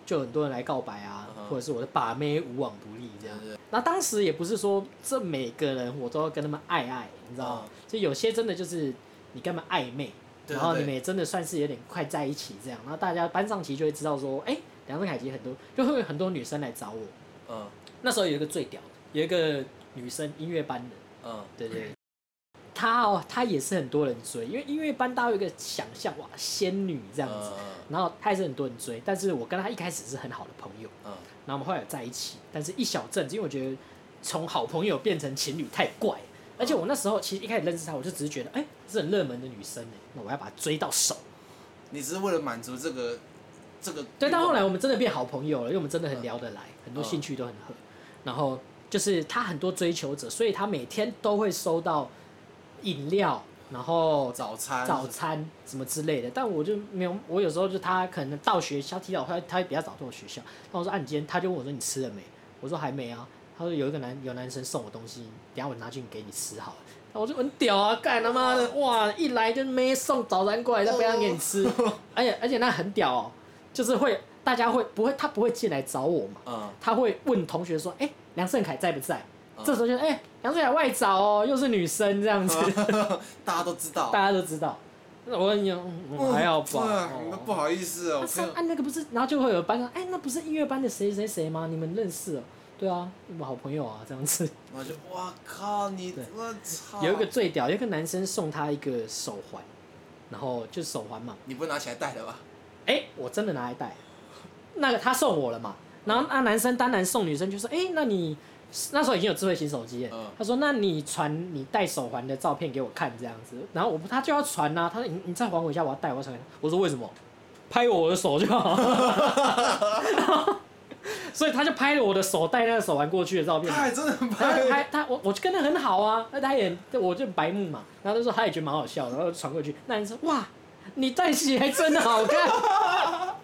就很多人来告白啊， uh-huh. 或者是我的把妹无往不利这样。那当时也不是说这每个人我都要跟他们爱爱，你知道吗？ uh-huh. 就有些真的就是你跟他们暧昧，然后你们也真的算是有点快在一起这样，然后大家班上其实就会知道说，哎、欸，梁振凯其实很多就会有很多女生来找我。嗯、uh-huh. 那时候有一个最屌的，有一个女生音乐班的，嗯、uh-huh. 对对。她哦，她也是很多人追，因为音乐班大家有一个想象，哇，仙女这样子， uh-huh. 然后她也是很多人追，但是我跟她一开始是很好的朋友，嗯、uh-huh. 然後我们后来有在一起，但是一小阵子，因为我觉得从好朋友变成情侣太怪，而且我那时候其实一开始认识她，我就只是觉得，哎、欸，是很热门的女生哎，那我要把她追到手。 你只是为了满足这个这个？ 对，但后来我们真的变好朋友了，因为我们真的很聊得来， uh-huh. 很多兴趣都很合，然后就是她很多追求者，所以她每天都会收到饮料，然后早餐、 早餐什么之类的，但我就没有。我有时候就他可能到学校提早，他他会比较早到学校。那我说啊，你今天他就问我说你吃了没？我说还没啊。他说有一个男有男生送我东西，等下我拿去给你吃好了。那我就很屌啊，干他妈的哇！一来就妹送早餐过来，再不要给你吃，而且而且那很屌哦，就是会大家会不会他不会进来找我嘛？嗯、他会问同学说，哎、欸，梁胜凯在不在？嗯、这时候就哎。欸梁振凯外找哦，又是女生这样子， 大家都知道， 大家都知道。我跟你讲，我还要吧， 嗯哦、不好意思哦。 啊，啊那个不是，然后就会有班上，哎，那不是音乐班的谁谁谁吗？你们认识哦？对啊，我们好朋友啊，这样子。 然后就哇靠你，我操！ 有一个最屌，有一个男生送他一个手环，然后就是手环嘛。 你不拿起来戴的吧？ 哎，我真的拿来戴。那个他送我了嘛，然后那男生当然送女生就说，哎，那你。那时候已经有智慧型手机了，嗯、他说：“那你传你戴手环的照片给我看，这样子。”然后我他就要传啊，他说：“你你再还我一下，我要戴，我要传。”我说：“为什么？拍我的手就好。”所以他就拍了我的手戴那个手环过去的照片。 他还真的拍。 他他我我跟他很好啊，那他也我就白目嘛，然后他说他也觉得蛮好笑，然后传过去。那人说：“哇，你戴起来真的好看。”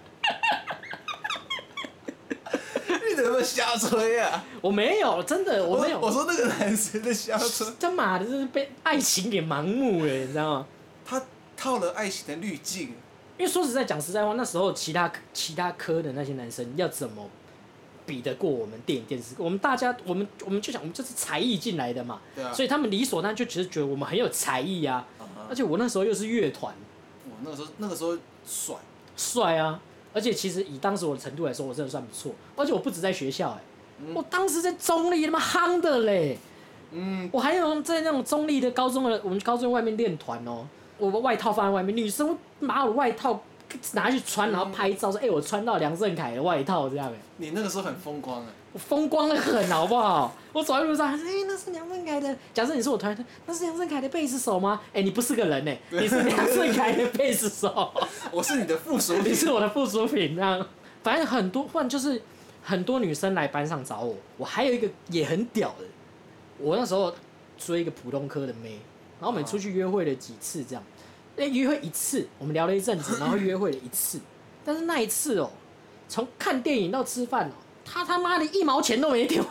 你怎么瞎吹啊？ 我没有，真的我没有。 我, 我说那个男生在瞎吹。 他妈的，就是被爱情给盲目了，你知道吗？ 他套了爱情的滤镜。 因为说实在讲实在话，那时候其他其他科的那些男生要怎么比得过我们电影电视？我们大家，我们我们就想，我们就是才艺进来的嘛。 对啊。 所以他们理所当然就只是觉得我们很有才艺啊。Uh-huh. 而且我那时候又是乐团。 我那个时候那个时候帅。 帅啊！而且其实以当时我的程度来说，我真的算不错。而且我不止在学校、欸，哎、嗯，我当时在中立他妈夯的嘞。嗯，我还有在那种中立的高中的，我们高中外面练团哦，我把外套放在外面，女生把我外套拿去穿，然后拍照说，哎、欸，我穿到梁振凯的外套这样哎。 你那个时候很风光哎。 我风光的很，好不好？我走在路上，哎、欸，那是梁振凯的。假设你是我团队，那是梁振凯的贝斯手吗？哎、欸，你不是个人哎，你是梁振凯的贝斯手。 我是你的附属品。 你是我的附属品，这样。反正很多，换就是很多女生来班上找我。我还有一个也很屌的，我那时候追一个普通科的妹，然后我们出去约会了几次，这样。哎、欸，约会一次，我们聊了一阵子，然后约会了一次。但是那一次哦，从看电影到吃饭哦。他他妈的一毛钱都没丢，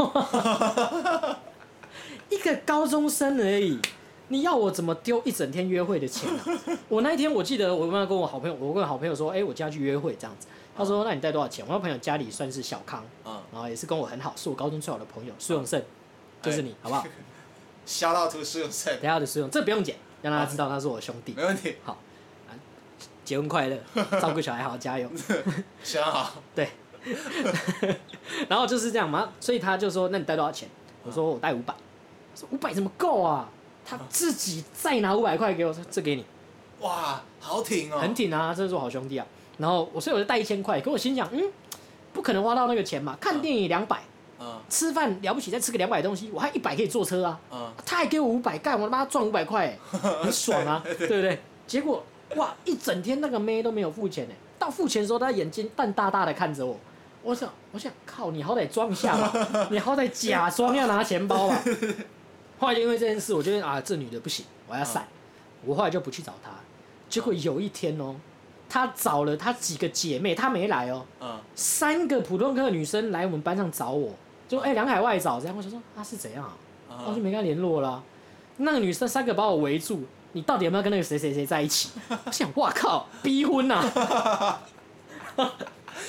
一个高中生而已，你要我怎么丢一整天约会的钱啊？我那一天我记得我跟我好朋友，我跟好朋友说，哎、欸，我今天要去约会这样子。他说，那你带多少钱？我那朋友家里算是小康，嗯，然后也是跟我很好，是我高中最好的朋友，苏永胜，就是你，好不好？ shout out to苏永胜， 等下的苏永，这不用剪，让大家知道他是我的兄弟， 没问题。 好，结婚快乐，照顾小孩好，加油， 想好， 对。然后就是这样嘛，所以他就说：“那你带多少钱？”我说：“我带五百。”说：“五百怎么够啊？”他自己再拿五百块给我，说：“这给你。” 哇，好挺哦！ 很挺啊，这是我好兄弟啊。然后我所以我就带一千块，可我心想，嗯，不可能花到那个钱嘛。看电影两百，嗯，吃饭了不起再吃个两百东西，我还一百可以坐车啊。嗯，他还给我五百，干我他妈赚五百块，很爽啊，对不对？结果哇，一整天那个妹都没有付钱呢。到付钱的时候，他眼睛瞪大大的看着我。我想，我想，靠，你好歹装一下吧，你好歹假装要拿钱包吧。后来就因为这件事，我觉得啊，这女的不行，我要闪。我后来就不去找她。结果有一天哦，她找了她几个姐妹，她没来哦。三个普通科的女生来我们班上找我，就哎、欸、梁海外找这样，我想说啊是怎样啊？我就没跟她联络啦。那个女生三个把我围住，你到底有没有跟那个谁谁谁在一起？我想，哇靠，逼婚呐、啊！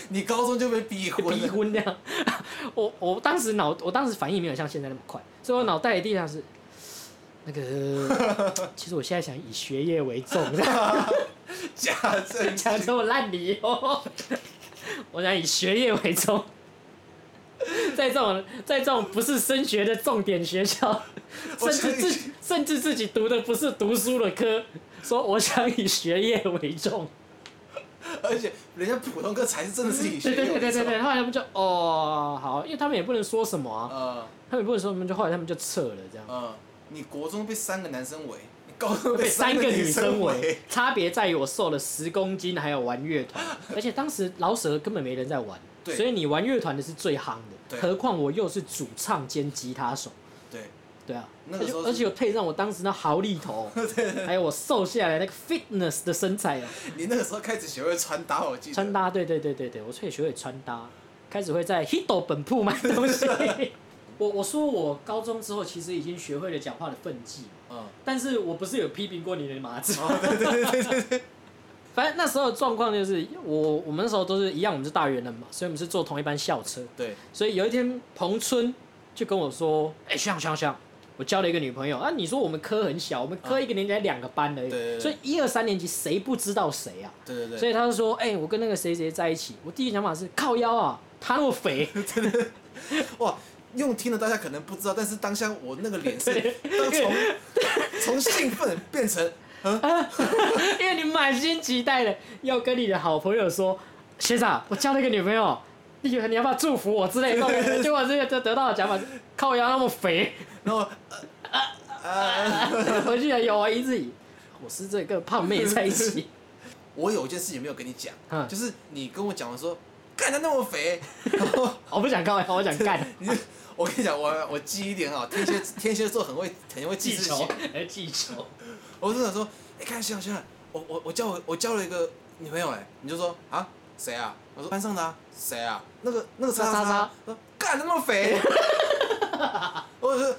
你高中就被逼婚了。 逼婚这样，我我当时脑我当时反应没有像现在那么快，所以我脑袋的地上是那个，其实我现在想以学业为重， 假正讲这么烂理由，我想以学业为重。在这种在这种不是升学的重点学校，甚至自甚至自己读的不是读书的科，说我想以学业为重， 而且人家普通科才是真的是以学业为重。 对对对对对，后来他们就哦好，因为他们也不能说什么啊， 呃、 他们也不能说什么，就后来他们就撤了这样。 呃、你国中被三个男生围，你高中被三个女生围， 围，差别在于我瘦了十公斤，还有玩乐团，而且当时老舍根本没人在玩，所以你玩乐团的是最夯的，何况我又是主唱兼吉他手。 对。 对啊， 那个时候而且有配上我当时那豪力头，还有我瘦下来那个 fitness 的身材啊。 你那个时候开始学会穿搭，我记得。 穿搭，对对对对对，我也学会穿搭，开始会在 Hito 本铺买东西。我我说我高中之后其实已经学会了讲话的分际，嗯，但是我不是有批评过你的麻子。 哦，对对对对对。 反正那时候的状况就是我我们那时候都是一样，我们是大学人嘛，所以我们是坐同一班校车。 对。 所以有一天彭春就跟我说：“哎、欸，学长学长学长。”我交了一个女朋友啊！你说我们科很小，我们科一个年级才两个班而已， 对对对， 所以一二三年级谁不知道谁啊？ 对对对。 所以他就说：“哎、欸，我跟那个谁谁在一起。”我第一个想法是靠腰啊，他那么肥， 真的哇！用听的大家可能不知道，但是当下我那个脸是都从从兴奋变成，啊、 因为你满心期待的要跟你的好朋友说，学长，我交了一个女朋友，你你要不要祝福我之类的？结果这个得到的讲法是靠腰那么肥。然后，呃呃，回去有啊，一直以我是这个胖妹在一起。 我有一件事情没有跟你讲，嗯、就是你跟我讲的说，干他那么肥，然后我不想靠腰，我想干。 你我跟你讲，我我记忆点好，天蝎天蝎座很会很会记事情， 哎记仇。 我就想说，哎、欸，看想想，我我我交我交了一个女朋友哎，你就说啊谁啊？我说班上的啊，谁啊？那个那个叉叉叉，说干他那么肥。我说。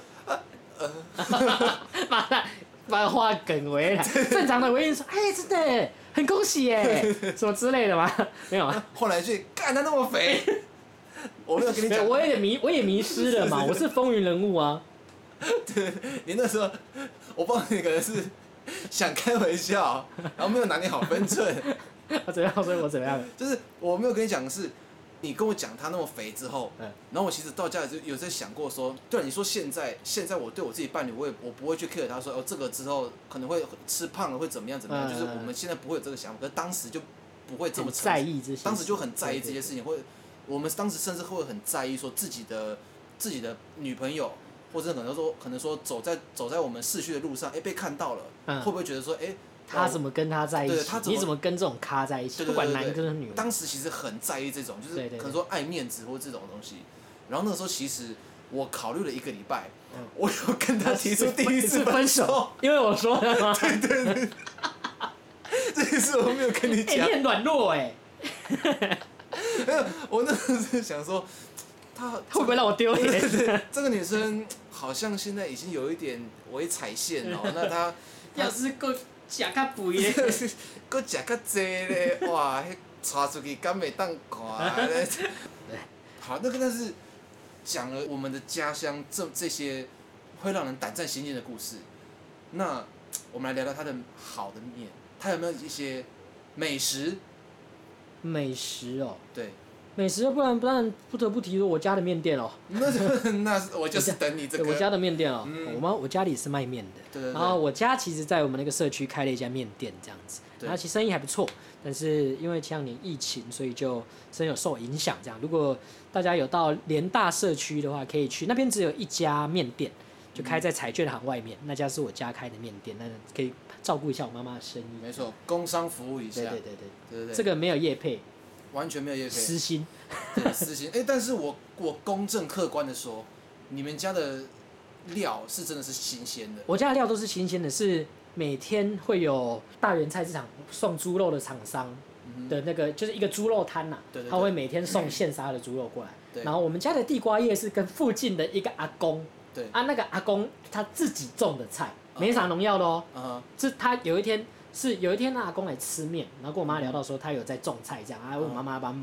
马上把话梗回来，正常的回应说：“哎，真的，很恭喜耶，什么之类的吗？”没有啊。 后来去干他那么肥，我没有跟你讲。 我也迷，我也迷失了嘛，我是风云人物啊。 对，你那时候，我不知道你可能是想开玩笑，然后没有拿捏好分寸。 我怎样？所以我怎么样？ 就是我没有跟你讲的是。你跟我讲他那么肥之后，嗯、然后我其实到家里就有在想过说，对，你说现在现在我对我自己伴侣，我也我不会去 care 他说哦这个之后可能会吃胖了会怎么样怎么样，嗯、就是我们现在不会有这个想法，可是当时就不会这么在意这些， 当时就很在意这些事情，会我们当时甚至会很在意说自己的自己的女朋友，或者可能说可能说走在走在我们市区的路上，哎被看到了，嗯、会不会觉得说哎？ 他怎么跟他在一起？ 他你怎么跟这种咖在一起？ 对对对对不管男跟女。 当时其实很在意这种，就是可能说爱面子或这种东西。然后那个时候其实我考虑了一个礼拜，嗯、我有跟他提出第一次分手， 因为我说的吗？ 对对对，这件事我没有跟你讲。 欸、你很软弱哎、 欸。我那时候是想说，他会不会让我丢脸？ 对对对，这个女生好像现在已经有一点微踩线哦，那她要是够。食较肥咧， 搁食较济咧，哇！迄带出去敢袂当看咧？好，那个但是讲了我们的家乡这这些会让人胆战心惊的故事，那我们来聊聊它的好的面，它有没有一些美食？ 美食哦， 对。 美食，不然不然不得不提说我家的面店哦。 那那我就是等你这个。 我家的面店哦，嗯、我们我家里是卖面的。 对对对。 然后我家其实，在我们那个社区开了一家面店，这样子。然后其实生意还不错，但是因为前两年疫情，所以就生意有受影响。这样，如果大家有到联大社区的话，可以去那边只有一家面店，就开在彩券行外面，那家是我家开的面店，那可以照顾一下我妈妈的生意。 没错，工商服务一下。 对对对对对对对。 这个没有业配。 完全没有业配， 私心， 对私心。哎、欸，但是我我公正客观的说，你们家的料是真的是新鲜的。 我家的料都是新鲜的，是每天会有大元菜市场送猪肉的厂商的那个，嗯、就是一个猪肉摊呐， 对对对， 他会每天送现杀的猪肉过来。 对。 然后我们家的地瓜叶是跟附近的一个阿公， 对啊，那个阿公他自己种的菜，没撒农药的哦。嗯。是他有一天。是有一天，那阿公来吃面，然后跟我妈聊到说他有在种菜这样，啊问我妈妈要不要买，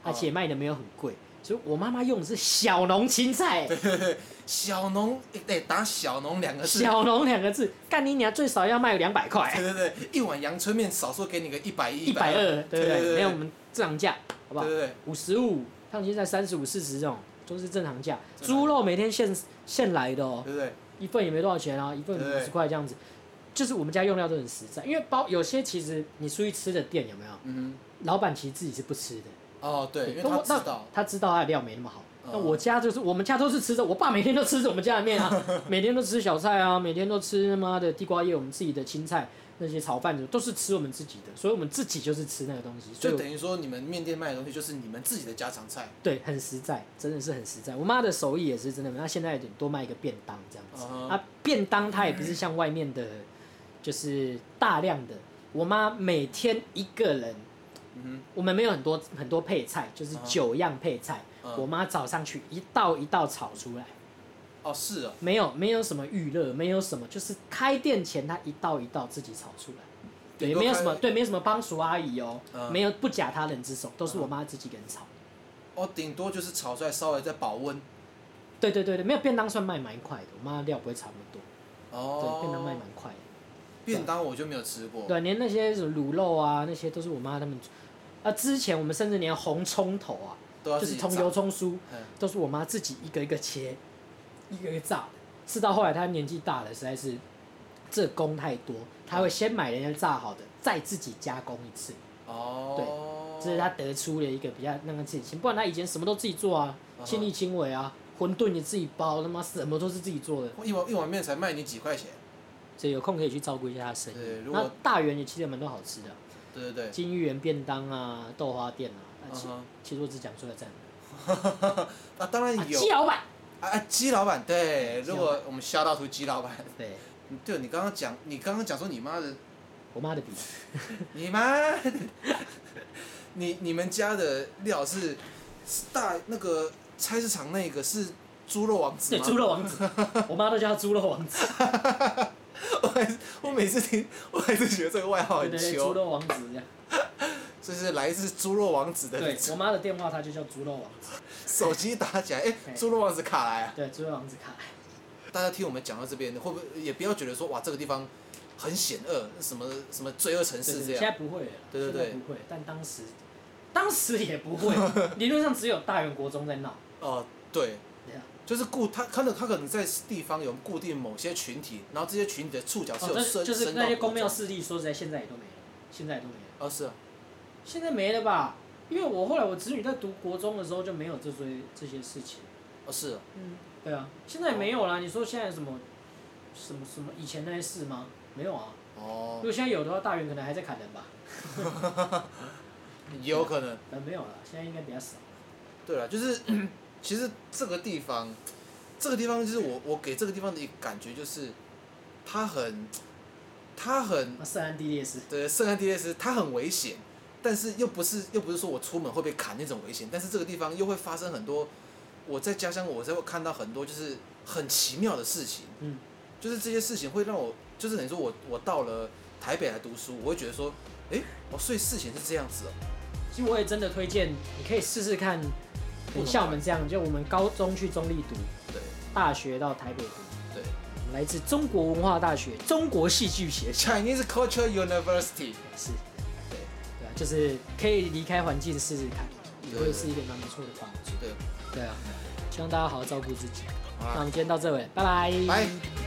而且卖的没有很贵，所以我妈妈用的是小农青菜。 对对对，小农得打小农两个字。 小农两个字，干你娘最少要卖两百块。 对对对，一碗阳春面少说给你个一百一、 一百二，对不对？没有我们正常价，好不好？ 对对对， 五十五，像现在三十五、四十这种都是正常价。猪肉每天现现来的哦， 对不对？ 一份也没多少钱啊，一份五十块这样子。就是我们家用料都很实在，因为包有些其实你出去吃的店有没有？嗯老板其实自己是不吃的。 哦，对，因为他知道， 他知道他的料没那么好。那我家就是我们家都是吃的，我爸每天都吃着我们家的面啊，每天都吃小菜啊，每天都吃他妈的地瓜叶，我们自己的青菜那些炒饭都是吃我们自己的，所以我们自己就是吃那个东西。 所以等于说你们面店卖的东西就是你们自己的家常菜。 对，很实在，真的是很实在。我妈的手艺也是真的，她现在多卖一个便当这样子。Uh huh. 啊，便当它也不是像外面的。就是大量的，我妈每天一个人，嗯、我们没有很多很多配菜，就是九样配菜，嗯、我妈早上去一道一道炒出来。 哦，是啊。 没有没有什么预热，没有什么，就是开店前她一道一道自己炒出来。对，没有什么对，没有什么帮厨阿姨哦，嗯、没有不假他人之手，都是我妈自己一个人炒。 哦，顶多就是炒出来稍微再保温。 对对对对，没有便当算卖蛮快的，我妈料不会炒那么多。哦。对，便当卖蛮快的。 便当我就没有吃过。 对，连那些什么卤肉啊，那些都是我妈他们。啊，之前我们甚至连红葱头啊，就是葱油葱酥，都是我妈自己一个一个切，一个一个炸的。是到后来她年纪大了，实在是这工太多，她会先买人家炸好的，再自己加工一次。哦。对，这是她得出了一个比较那个自己行，不然她以前什么都自己做啊，亲力亲为啊，馄饨也自己包，他妈什么都是自己做的。 一碗一碗面才卖你几块钱。 所以有空可以去照顾一下他生意。那大园也其实蛮多好吃的。 对对对。 金玉园便当啊，豆花店啊，其, 其实我只讲出来这样。 啊，当然有。 鸡老板。 啊，鸡老板，对，如果我们shout out to鸡老板。 对。 对，你刚刚讲，你刚刚讲说你妈的。 我妈的笔。 你妈。你你们家的料是大那个菜市场那个是猪肉王子吗？ 对，猪肉王子。我妈都叫他猪肉王子。 我还是我每次听，我还是觉得这个外号很秋。 猪肉王子这样。 这是来自猪肉王子的。 对，我妈的电话她就叫猪肉王子。 手机打起来，哎、欸，猪肉王子卡来啊！ 对，猪肉王子卡来。 大家听我们讲到这边，会不会也不要觉得说哇这个地方很险恶，什么什么罪恶城市这样？ 现在不会了。 对对对。 不会，但当时，当时也不会。理论上只有大园国中在闹。 哦、呃，对。就是固他他的他可能在地方有固定某些群体，然后这些群体的触角是有深、 哦、就是那些公庙势力，说实在现在也都没了，现在也都没了。 哦，是啊。 现在没了吧？因为我后来我侄女在读国中的时候就没有这些这些事情。 哦，是啊。 嗯，对啊，现在也没有啦。你说现在什么什么什么以前那些事吗？没有啊。哦。如果现在有的话，大园可能还在砍人吧。 有可能。 呃，没有了，现在应该比较少。 对了，就是。其实这个地方，这个地方就是我我给这个地方的一个感觉就是，它很，它很。 圣安地列斯。 对，圣安地列斯，它很危险，但是又不是又不是说我出门会被砍那种危险，但是这个地方又会发生很多，我在家乡我才会看到很多就是很奇妙的事情。嗯。就是这些事情会让我，就是等于说我我到了台北来读书，我会觉得说，哎，哦，所以事情是这样子哦。 其实我也真的推荐，你可以试试看。像我们这样，就我们高中去中立读， 对， 大学到台北读， 对， 我们来自中国文化大学中国戏剧学校 Chinese Culture University， 是，对，对啊，就是可以离开环境试试看，也会是一个蛮不错的帮助。 对， 对啊，希望大家好好照顾自己。那我们今天到这里，拜拜。 拜。